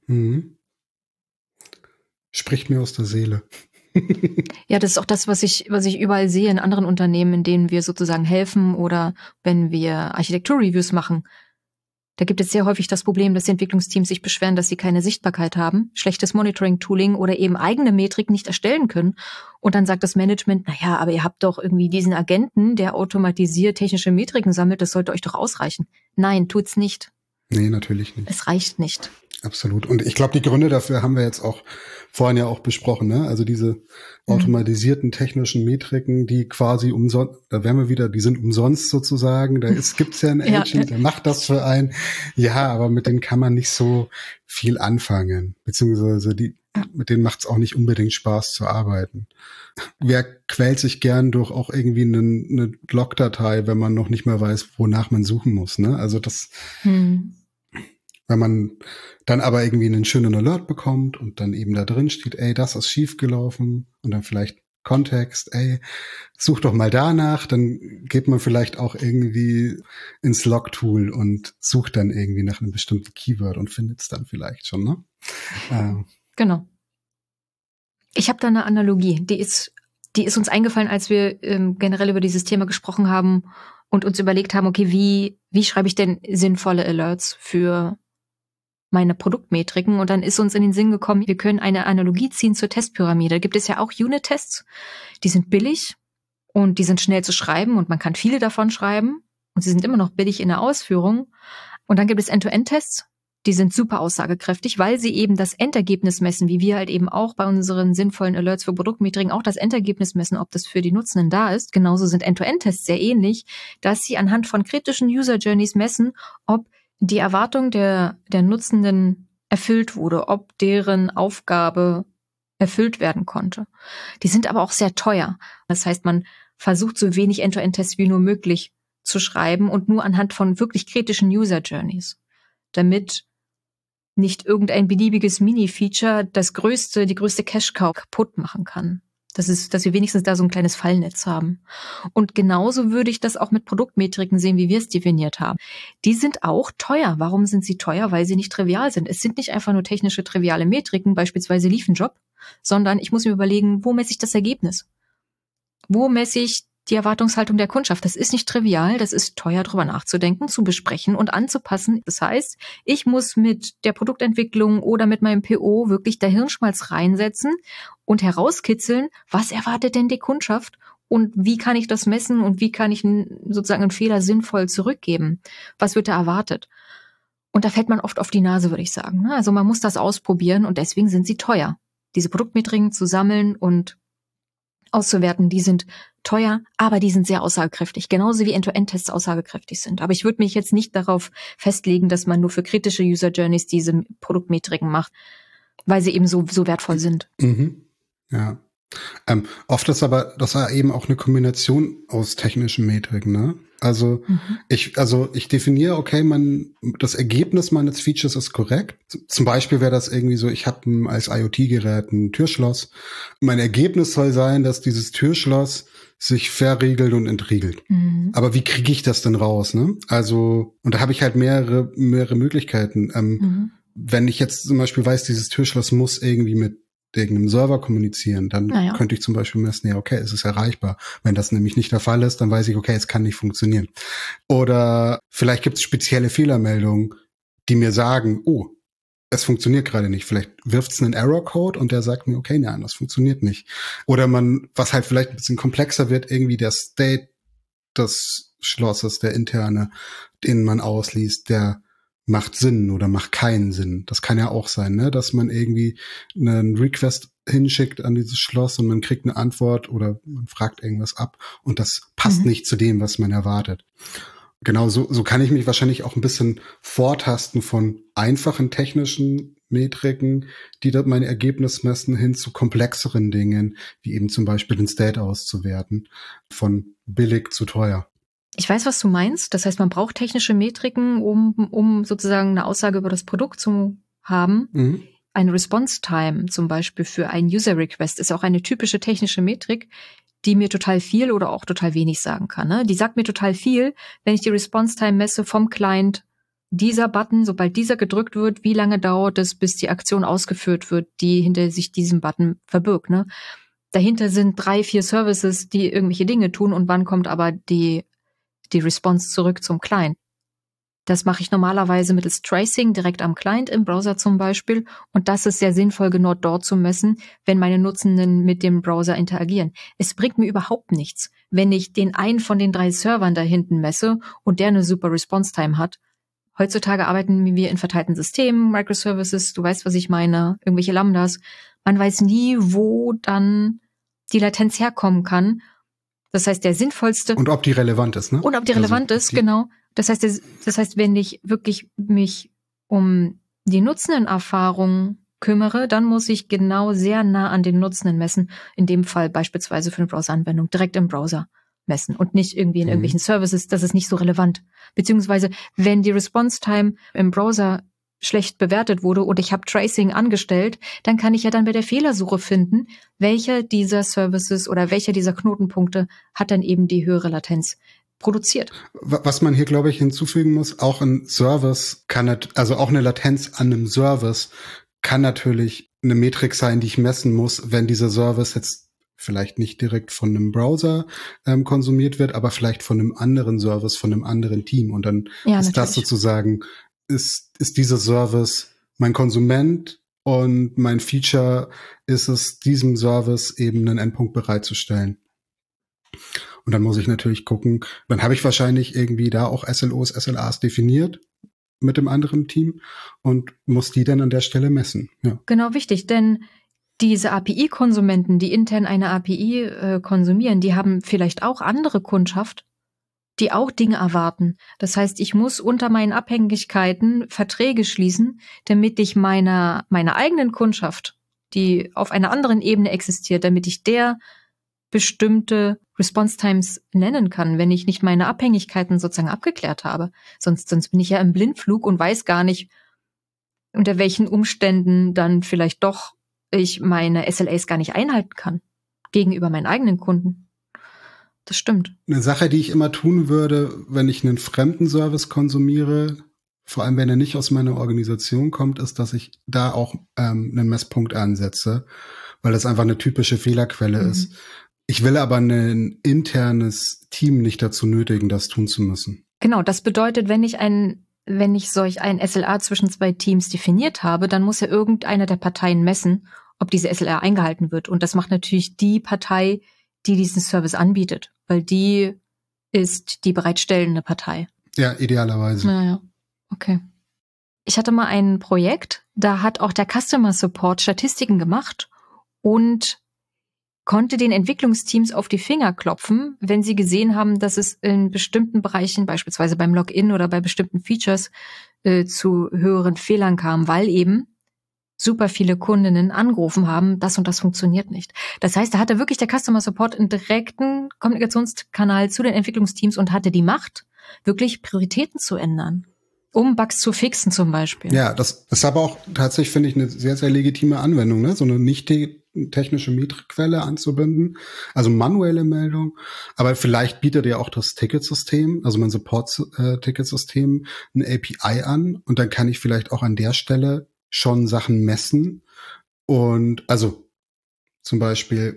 Spricht mir aus der Seele.
Ja, das ist auch das, was ich überall sehe in anderen Unternehmen, in denen wir sozusagen helfen oder wenn wir Architektur-Reviews machen. Da gibt es sehr häufig das Problem, dass die Entwicklungsteams sich beschweren, dass sie keine Sichtbarkeit haben, schlechtes Monitoring-Tooling oder eben eigene Metriken nicht erstellen können. Und dann sagt das Management, naja, aber ihr habt doch irgendwie diesen Agenten, der automatisiert technische Metriken sammelt, das sollte euch doch ausreichen. Nein, tut's nicht.
Nee, natürlich nicht.
Es reicht nicht.
Absolut. Und ich glaube, die Gründe dafür haben wir jetzt auch vorhin ja auch besprochen, ne? Also diese automatisierten technischen Metriken, die quasi umsonst, da wären wir wieder, die sind umsonst sozusagen. Gibt's ja einen Agent, der macht das für einen. Ja, aber mit denen kann man nicht so viel anfangen. Beziehungsweise mit denen macht's auch nicht unbedingt Spaß zu arbeiten. Wer quält sich gern durch auch irgendwie eine Logdatei, wenn man noch nicht mehr weiß, wonach man suchen muss, ne? Also das, wenn man dann aber irgendwie einen schönen Alert bekommt und dann eben da drin steht, ey, das ist schiefgelaufen und dann vielleicht Kontext, ey, such doch mal danach, dann geht man vielleicht auch irgendwie ins Log-Tool und sucht dann irgendwie nach einem bestimmten Keyword und findet es dann vielleicht schon, ne?
Genau. Ich habe da eine Analogie, die ist uns eingefallen, als wir generell über dieses Thema gesprochen haben und uns überlegt haben, okay, wie schreibe ich denn sinnvolle Alerts für meine Produktmetriken? Und dann ist uns in den Sinn gekommen, wir können eine Analogie ziehen zur Testpyramide. Da gibt es ja auch Unit-Tests, die sind billig und die sind schnell zu schreiben und man kann viele davon schreiben und sie sind immer noch billig in der Ausführung. Und dann gibt es End-to-End-Tests, die sind super aussagekräftig, weil sie eben das Endergebnis messen, wie wir halt eben auch bei unseren sinnvollen Alerts für Produktmetriken auch das Endergebnis messen, ob das für die Nutzenden da ist. Genauso sind End-to-End-Tests sehr ähnlich, dass sie anhand von kritischen User-Journeys messen, ob die Erwartung der Nutzenden erfüllt wurde, ob deren Aufgabe erfüllt werden konnte. Die sind aber auch sehr teuer. Das heißt, man versucht so wenig End-to-End-Tests wie nur möglich zu schreiben und nur anhand von wirklich kritischen User-Journeys, damit nicht irgendein beliebiges Mini-Feature die größte Cash-Cow kaputt machen kann. Dass wir wenigstens da so ein kleines Fallnetz haben. Und genauso würde ich das auch mit Produktmetriken sehen, wie wir es definiert haben. Die sind auch teuer. Warum sind sie teuer? Weil sie nicht trivial sind. Es sind nicht einfach nur technische, triviale Metriken, beispielsweise lief ein Job, sondern ich muss mir überlegen, wo messe ich das Ergebnis? Wo messe ich die Erwartungshaltung der Kundschaft? Das ist nicht trivial, das ist teuer, drüber nachzudenken, zu besprechen und anzupassen. Das heißt, ich muss mit der Produktentwicklung oder mit meinem PO wirklich der Hirnschmalz reinsetzen und herauskitzeln, was erwartet denn die Kundschaft und wie kann ich das messen und wie kann ich sozusagen einen Fehler sinnvoll zurückgeben? Was wird da erwartet? Und da fällt man oft auf die Nase, würde ich sagen. Also man muss das ausprobieren und deswegen sind sie teuer. Diese Produktmetriken zu sammeln und auszuwerten, die sind teuer, aber die sind sehr aussagekräftig, genauso wie End-to-End-Tests aussagekräftig sind. Aber ich würde mich jetzt nicht darauf festlegen, dass man nur für kritische User-Journeys diese Produktmetriken macht, weil sie eben so wertvoll sind.
Mhm. Ja. Oft ist aber das eben auch eine Kombination aus technischen Metriken, ne? Also ich definiere, okay, das Ergebnis meines Features ist korrekt. Zum Beispiel wäre das irgendwie so, ich habe als IoT-Gerät ein Türschloss. Mein Ergebnis soll sein, dass dieses Türschloss sich verriegelt und entriegelt. Aber wie kriege ich das denn raus, ne? Also, und da habe ich halt mehrere Möglichkeiten. Wenn ich jetzt zum Beispiel weiß, dieses Türschloss muss irgendwie mit irgendeinem Server kommunizieren, dann könnte ich zum Beispiel messen, ja, okay, es ist erreichbar. Wenn das nämlich nicht der Fall ist, dann weiß ich, okay, es kann nicht funktionieren. Oder vielleicht gibt es spezielle Fehlermeldungen, die mir sagen, oh, es funktioniert gerade nicht. Vielleicht wirft es einen Error-Code und der sagt mir, okay, nein, das funktioniert nicht. Oder was halt vielleicht ein bisschen komplexer wird, irgendwie der State des Schlosses, der interne, den man ausliest, der macht Sinn oder macht keinen Sinn. Das kann ja auch sein, ne, dass man irgendwie einen Request hinschickt an dieses Schloss und man kriegt eine Antwort oder man fragt irgendwas ab und das passt nicht zu dem, was man erwartet. Genau, so kann ich mich wahrscheinlich auch ein bisschen vortasten von einfachen technischen Metriken, die dort mein Ergebnis messen, hin zu komplexeren Dingen, wie eben zum Beispiel den State auszuwerten, von billig zu teuer.
Ich weiß, was du meinst. Das heißt, man braucht technische Metriken, um sozusagen eine Aussage über das Produkt zu haben. Eine Response Time zum Beispiel für einen User Request ist auch eine typische technische Metrik, die mir total viel oder auch total wenig sagen kann. Ne? Die sagt mir total viel, wenn ich die Response Time messe vom Client. Dieser Button, sobald dieser gedrückt wird, wie lange dauert es, bis die Aktion ausgeführt wird, die hinter sich diesem Button verbirgt. Ne? Dahinter sind 3, 4 Services, die irgendwelche Dinge tun und wann kommt aber die Response zurück zum Client. Das mache ich normalerweise mittels Tracing direkt am Client im Browser zum Beispiel. Und das ist sehr sinnvoll, genau dort zu messen, wenn meine Nutzenden mit dem Browser interagieren. Es bringt mir überhaupt nichts, wenn ich den einen von den 3 Servern da hinten messe und der eine super Response-Time hat. heutzutage arbeiten wir in verteilten Systemen, Microservices, du weißt, was ich meine, irgendwelche Lambdas. Man weiß nie, wo dann die Latenz herkommen kann. Das heißt, der sinnvollste.
Und ob die relevant ist, ne?
Und ob die relevant ist, genau. Das heißt, wenn ich wirklich mich um die Nutzendenerfahrung kümmere, dann muss ich genau sehr nah an den Nutzenden messen. In dem Fall beispielsweise für eine Browser-Anwendung direkt im Browser messen und nicht irgendwie in irgendwelchen Services. Das ist nicht so relevant. Beziehungsweise, wenn die Response-Time im Browser schlecht bewertet wurde und ich habe Tracing angestellt, dann kann ich ja dann bei der Fehlersuche finden, welcher dieser Services oder welcher dieser Knotenpunkte hat dann eben die höhere Latenz produziert.
Was man hier, glaube ich, hinzufügen muss, auch ein Service kann, also auch eine Latenz an einem Service kann natürlich eine Metrik sein, die ich messen muss, wenn dieser Service jetzt vielleicht nicht direkt von einem Browser konsumiert wird, aber vielleicht von einem anderen Service, von einem anderen Team. Und dann ist das sozusagen, ist dieser Service mein Konsument und mein Feature ist es, diesem Service eben einen Endpunkt bereitzustellen. Und dann muss ich natürlich gucken, dann habe ich wahrscheinlich irgendwie da auch SLOs, SLAs definiert mit dem anderen Team und muss die dann an der Stelle messen. Ja.
Genau, wichtig, denn diese API-Konsumenten, die intern eine API konsumieren, die haben vielleicht auch andere Kundschaft, die auch Dinge erwarten. Das heißt, ich muss unter meinen Abhängigkeiten Verträge schließen, damit ich meiner eigenen Kundschaft, die auf einer anderen Ebene existiert, damit ich der bestimmte Response Times nennen kann, wenn ich nicht meine Abhängigkeiten sozusagen abgeklärt habe. Sonst bin ich ja im Blindflug und weiß gar nicht, unter welchen Umständen dann vielleicht doch ich meine SLAs gar nicht einhalten kann gegenüber meinen eigenen Kunden. Das stimmt.
Eine Sache, die ich immer tun würde, wenn ich einen fremden Service konsumiere, vor allem wenn er nicht aus meiner Organisation kommt, ist, dass ich da auch einen Messpunkt ansetze, weil das einfach eine typische Fehlerquelle ist. Ich will aber ein internes Team nicht dazu nötigen, das tun zu müssen.
Genau, das bedeutet, wenn ich solch ein SLA zwischen zwei Teams definiert habe, dann muss ja irgendeine der Parteien messen, ob diese SLA eingehalten wird. Und das macht natürlich die Partei, die diesen Service anbietet, weil die ist die bereitstellende Partei.
Ja, idealerweise.
Naja, okay. Ich hatte mal ein Projekt, da hat auch der Customer Support Statistiken gemacht und konnte den Entwicklungsteams auf die Finger klopfen, wenn sie gesehen haben, dass es in bestimmten Bereichen, beispielsweise beim Login oder bei bestimmten Features, zu höheren Fehlern kam, weil eben super viele Kundinnen angerufen haben, das und das funktioniert nicht. Das heißt, da hatte wirklich der Customer Support einen direkten Kommunikationskanal zu den Entwicklungsteams und hatte die Macht, wirklich Prioritäten zu ändern, um Bugs zu fixen zum Beispiel.
Ja, das ist aber auch tatsächlich, finde ich, eine sehr, sehr legitime Anwendung, ne? So eine nicht technische Metrikquelle anzubinden, also manuelle Meldung, aber vielleicht bietet ja auch das Ticketsystem, also mein Support-Ticketsystem, eine API an und dann kann ich vielleicht auch an der Stelle schon Sachen messen und also zum Beispiel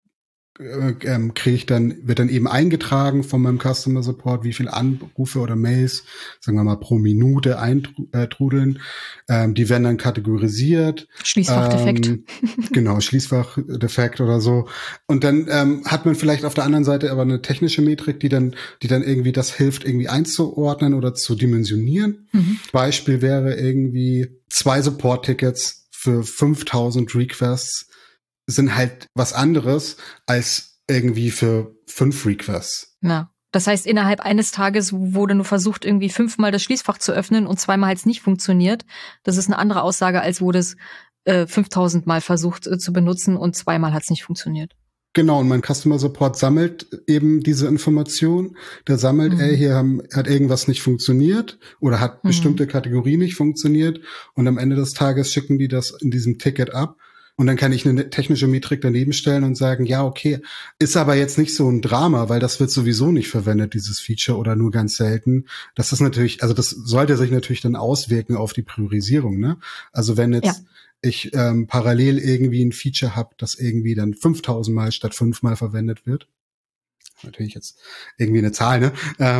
wird dann eben eingetragen von meinem Customer Support, wie viele Anrufe oder Mails, sagen wir mal, pro Minute eintrudeln. Die werden dann kategorisiert.
Schließfachdefekt.
Genau, Schließfachdefekt oder so. Und dann hat man vielleicht auf der anderen Seite aber eine technische Metrik, die dann irgendwie das hilft, irgendwie einzuordnen oder zu dimensionieren. Beispiel wäre irgendwie 2 Support-Tickets für 5000 Requests sind halt was anderes als irgendwie für 5 Requests.
Ja. Das heißt, innerhalb eines Tages wurde nur versucht, irgendwie 5-mal das Schließfach zu öffnen und 2-mal hat es nicht funktioniert. Das ist eine andere Aussage, als wurde es 5000 Mal versucht zu benutzen und 2-mal hat es nicht funktioniert.
Genau, und mein Customer Support sammelt eben diese Information. Der sammelt, hier hat irgendwas nicht funktioniert oder hat bestimmte Kategorie nicht funktioniert und am Ende des Tages schicken die das in diesem Ticket ab. Und dann kann ich eine technische Metrik daneben stellen und sagen, ja, okay, ist aber jetzt nicht so ein Drama, weil das wird sowieso nicht verwendet, dieses Feature, oder nur ganz selten. Das ist natürlich, also das sollte sich natürlich dann auswirken auf die Priorisierung, ne? Also wenn jetzt ich parallel irgendwie ein Feature habe, das irgendwie dann 5000 Mal statt 5-mal verwendet wird, natürlich jetzt irgendwie eine Zahl, ne?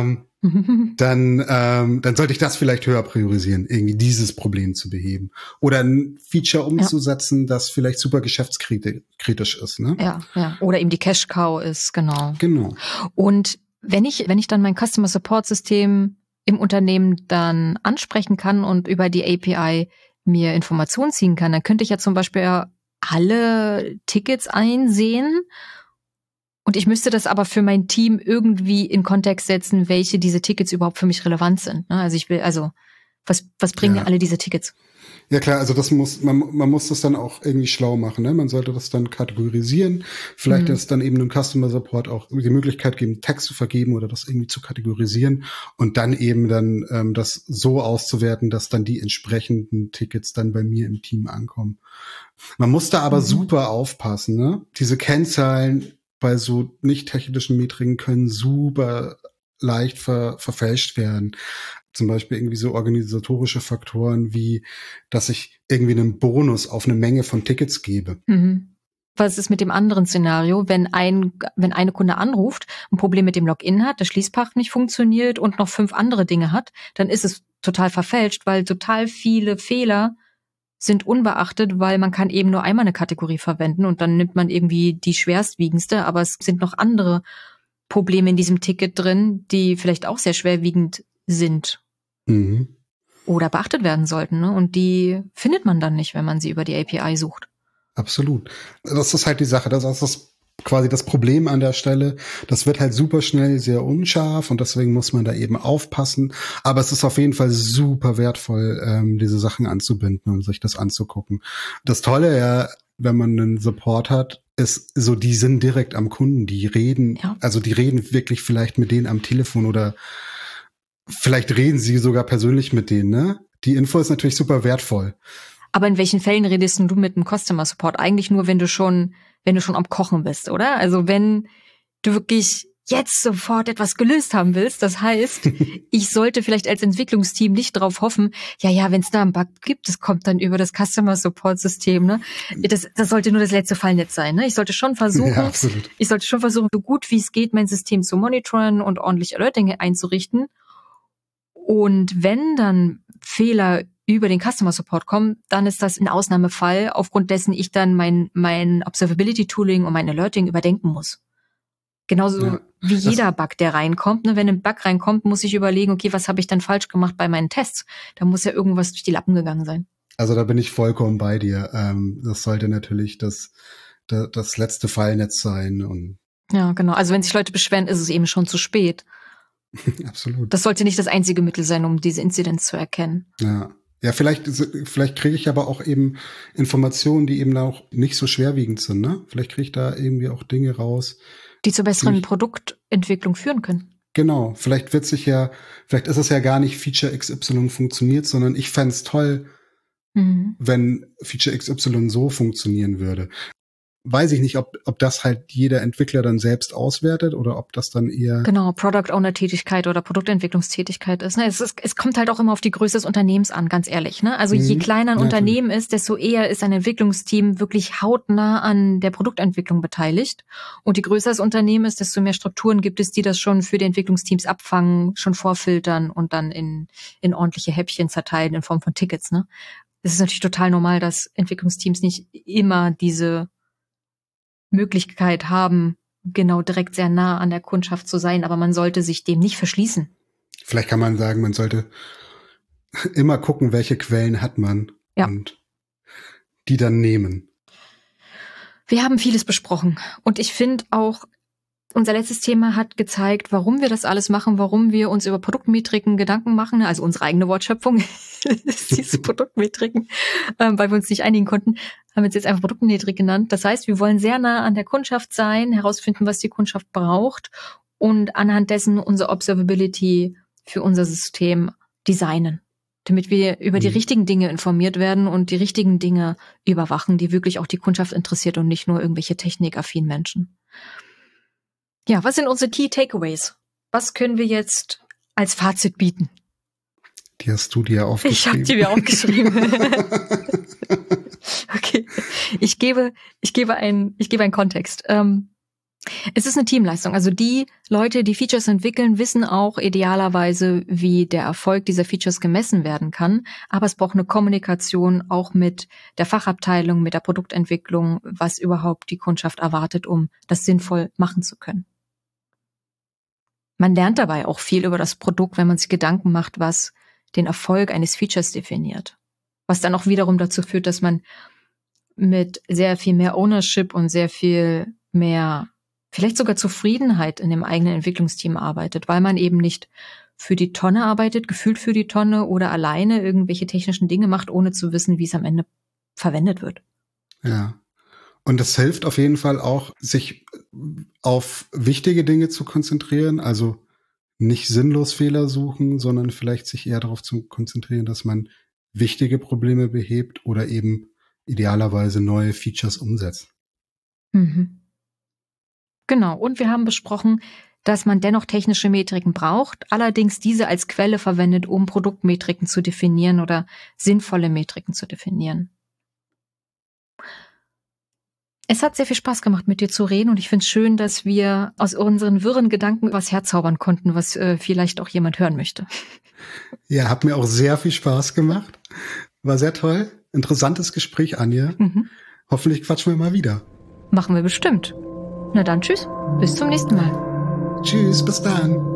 Dann sollte ich das vielleicht höher priorisieren, irgendwie dieses Problem zu beheben. Oder ein Feature umzusetzen, das vielleicht super geschäftskritisch ist, ne?
Ja. Oder eben die Cash-Cow ist, genau.
Genau.
Und wenn ich dann mein Customer Support System im Unternehmen dann ansprechen kann und über die API mir Informationen ziehen kann, dann könnte ich ja zum Beispiel alle Tickets einsehen und ich müsste das aber für mein Team irgendwie in Kontext setzen, welche diese Tickets überhaupt für mich relevant sind. Also was bringen mir alle diese Tickets?
Ja klar, also man muss das dann auch irgendwie schlau machen, ne? Man sollte das dann kategorisieren. Vielleicht ist dann eben im Customer Support auch die Möglichkeit geben, Text zu vergeben oder das irgendwie zu kategorisieren und dann eben das so auszuwerten, dass dann die entsprechenden Tickets dann bei mir im Team ankommen. Man muss da aber super aufpassen, ne? Diese Kennzahlen bei so nicht technischen Metriken können super leicht verfälscht werden. Zum Beispiel irgendwie so organisatorische Faktoren wie, dass ich irgendwie einen Bonus auf eine Menge von Tickets gebe.
Was ist mit dem anderen Szenario, wenn eine Kunde anruft, ein Problem mit dem Login hat, das Schließfach nicht funktioniert und noch 5 andere Dinge hat, dann ist es total verfälscht, weil total viele Fehler sind unbeachtet, weil man kann eben nur einmal eine Kategorie verwenden und dann nimmt man irgendwie die schwerstwiegendste, aber es sind noch andere Probleme in diesem Ticket drin, die vielleicht auch sehr schwerwiegend sind. Oder beachtet werden sollten, ne? Und die findet man dann nicht, wenn man sie über die API sucht.
Absolut. Das ist halt die Sache. Das ist quasi das Problem an der Stelle. Das wird halt super schnell sehr unscharf und deswegen muss man da eben aufpassen. Aber es ist auf jeden Fall super wertvoll, diese Sachen anzubinden und sich das anzugucken. Das Tolle ja, wenn man einen Support hat, ist so, die sind direkt am Kunden. Die reden, also die reden wirklich vielleicht mit denen am Telefon oder vielleicht reden sie sogar persönlich mit denen, ne? Die Info ist natürlich super wertvoll.
Aber in welchen Fällen redest du mit dem Customer Support? Eigentlich nur, wenn du schon am Kochen bist, oder? Also wenn du wirklich jetzt sofort etwas gelöst haben willst. Das heißt, ich sollte vielleicht als Entwicklungsteam nicht darauf hoffen, wenn es da einen Bug gibt, das kommt dann über das Customer Support System, ne? Das sollte nur das letzte Fallnetz sein, ne? Ich sollte schon versuchen, so gut wie es geht, mein System zu monitoren und ordentlich Alerting einzurichten. Und wenn dann Fehler über den Customer Support kommen, dann ist das ein Ausnahmefall, aufgrund dessen ich dann mein Observability Tooling und mein Alerting überdenken muss. Genauso wie jeder Bug, der reinkommt. Ne? Wenn ein Bug reinkommt, muss ich überlegen, okay, was habe ich dann falsch gemacht bei meinen Tests? Da muss ja irgendwas durch die Lappen gegangen sein.
Also da bin ich vollkommen bei dir. Das sollte natürlich das letzte Fallnetz sein. Und
ja, genau. Also wenn sich Leute beschweren, ist es eben schon zu spät.
Absolut.
Das sollte nicht das einzige Mittel sein, um diese Inzidenz zu erkennen.
Ja, vielleicht kriege ich aber auch eben Informationen, die eben auch nicht so schwerwiegend sind, ne? Vielleicht kriege ich da irgendwie auch Dinge raus,
die zur besseren Produktentwicklung führen können.
Genau, vielleicht ist es ja gar nicht Feature XY funktioniert, sondern ich fände es toll, wenn Feature XY so funktionieren würde. Weiß ich nicht, ob das halt jeder Entwickler dann selbst auswertet oder ob das dann eher...
Genau, Product-Owner-Tätigkeit oder Produktentwicklungstätigkeit ist. Ne? Es kommt halt auch immer auf die Größe des Unternehmens an, ganz ehrlich. Ne? Also je kleiner ein Unternehmen ist, desto eher ist ein Entwicklungsteam wirklich hautnah an der Produktentwicklung beteiligt. Und je größer das Unternehmen ist, desto mehr Strukturen gibt es, die das schon für die Entwicklungsteams abfangen, schon vorfiltern und dann in ordentliche Häppchen zerteilen in Form von Tickets. Ne? Es ist natürlich total normal, dass Entwicklungsteams nicht immer diese Möglichkeit haben, genau direkt sehr nah an der Kundschaft zu sein, aber man sollte sich dem nicht verschließen.
Vielleicht kann man sagen, man sollte immer gucken, welche Quellen hat man und die dann nehmen.
Wir haben vieles besprochen und ich finde auch, unser letztes Thema hat gezeigt, warum wir das alles machen, warum wir uns über Produktmetriken Gedanken machen, also unsere eigene Wortschöpfung ist diese Produktmetriken, weil wir uns nicht einigen konnten, haben wir es jetzt einfach Produktmetrik genannt. Das heißt, wir wollen sehr nah an der Kundschaft sein, herausfinden, was die Kundschaft braucht und anhand dessen unsere Observability für unser System designen, damit wir über die richtigen Dinge informiert werden und die richtigen Dinge überwachen, die wirklich auch die Kundschaft interessiert und nicht nur irgendwelche technikaffinen Menschen. Ja, was sind unsere Key Takeaways? Was können wir jetzt als Fazit bieten?
Die hast du dir aufgeschrieben.
Ich habe die mir aufgeschrieben. Okay, ich gebe einen Kontext. Es ist eine Teamleistung. Also die Leute, die Features entwickeln, wissen auch idealerweise, wie der Erfolg dieser Features gemessen werden kann. Aber es braucht eine Kommunikation auch mit der Fachabteilung, mit der Produktentwicklung, was überhaupt die Kundschaft erwartet, um das sinnvoll machen zu können. Man lernt dabei auch viel über das Produkt, wenn man sich Gedanken macht, was den Erfolg eines Features definiert. Was dann auch wiederum dazu führt, dass man mit sehr viel mehr Ownership und sehr viel mehr, vielleicht sogar Zufriedenheit in dem eigenen Entwicklungsteam arbeitet, weil man eben nicht für die Tonne arbeitet, gefühlt für die Tonne oder alleine irgendwelche technischen Dinge macht, ohne zu wissen, wie es am Ende verwendet wird.
Ja. Und das hilft auf jeden Fall auch, sich auf wichtige Dinge zu konzentrieren, also nicht sinnlos Fehler suchen, sondern vielleicht sich eher darauf zu konzentrieren, dass man wichtige Probleme behebt oder eben idealerweise neue Features umsetzt.
Mhm. Genau. Und wir haben besprochen, dass man dennoch technische Metriken braucht, allerdings diese als Quelle verwendet, um Produktmetriken zu definieren oder sinnvolle Metriken zu definieren. Es hat sehr viel Spaß gemacht, mit dir zu reden, und ich finde es schön, dass wir aus unseren wirren Gedanken was herzaubern konnten, was vielleicht auch jemand hören möchte.
Ja, hat mir auch sehr viel Spaß gemacht. War sehr toll. Interessantes Gespräch, Anja. Hoffentlich quatschen wir mal wieder.
Machen wir bestimmt. Na dann, tschüss. Bis zum nächsten Mal.
Tschüss, bis dann.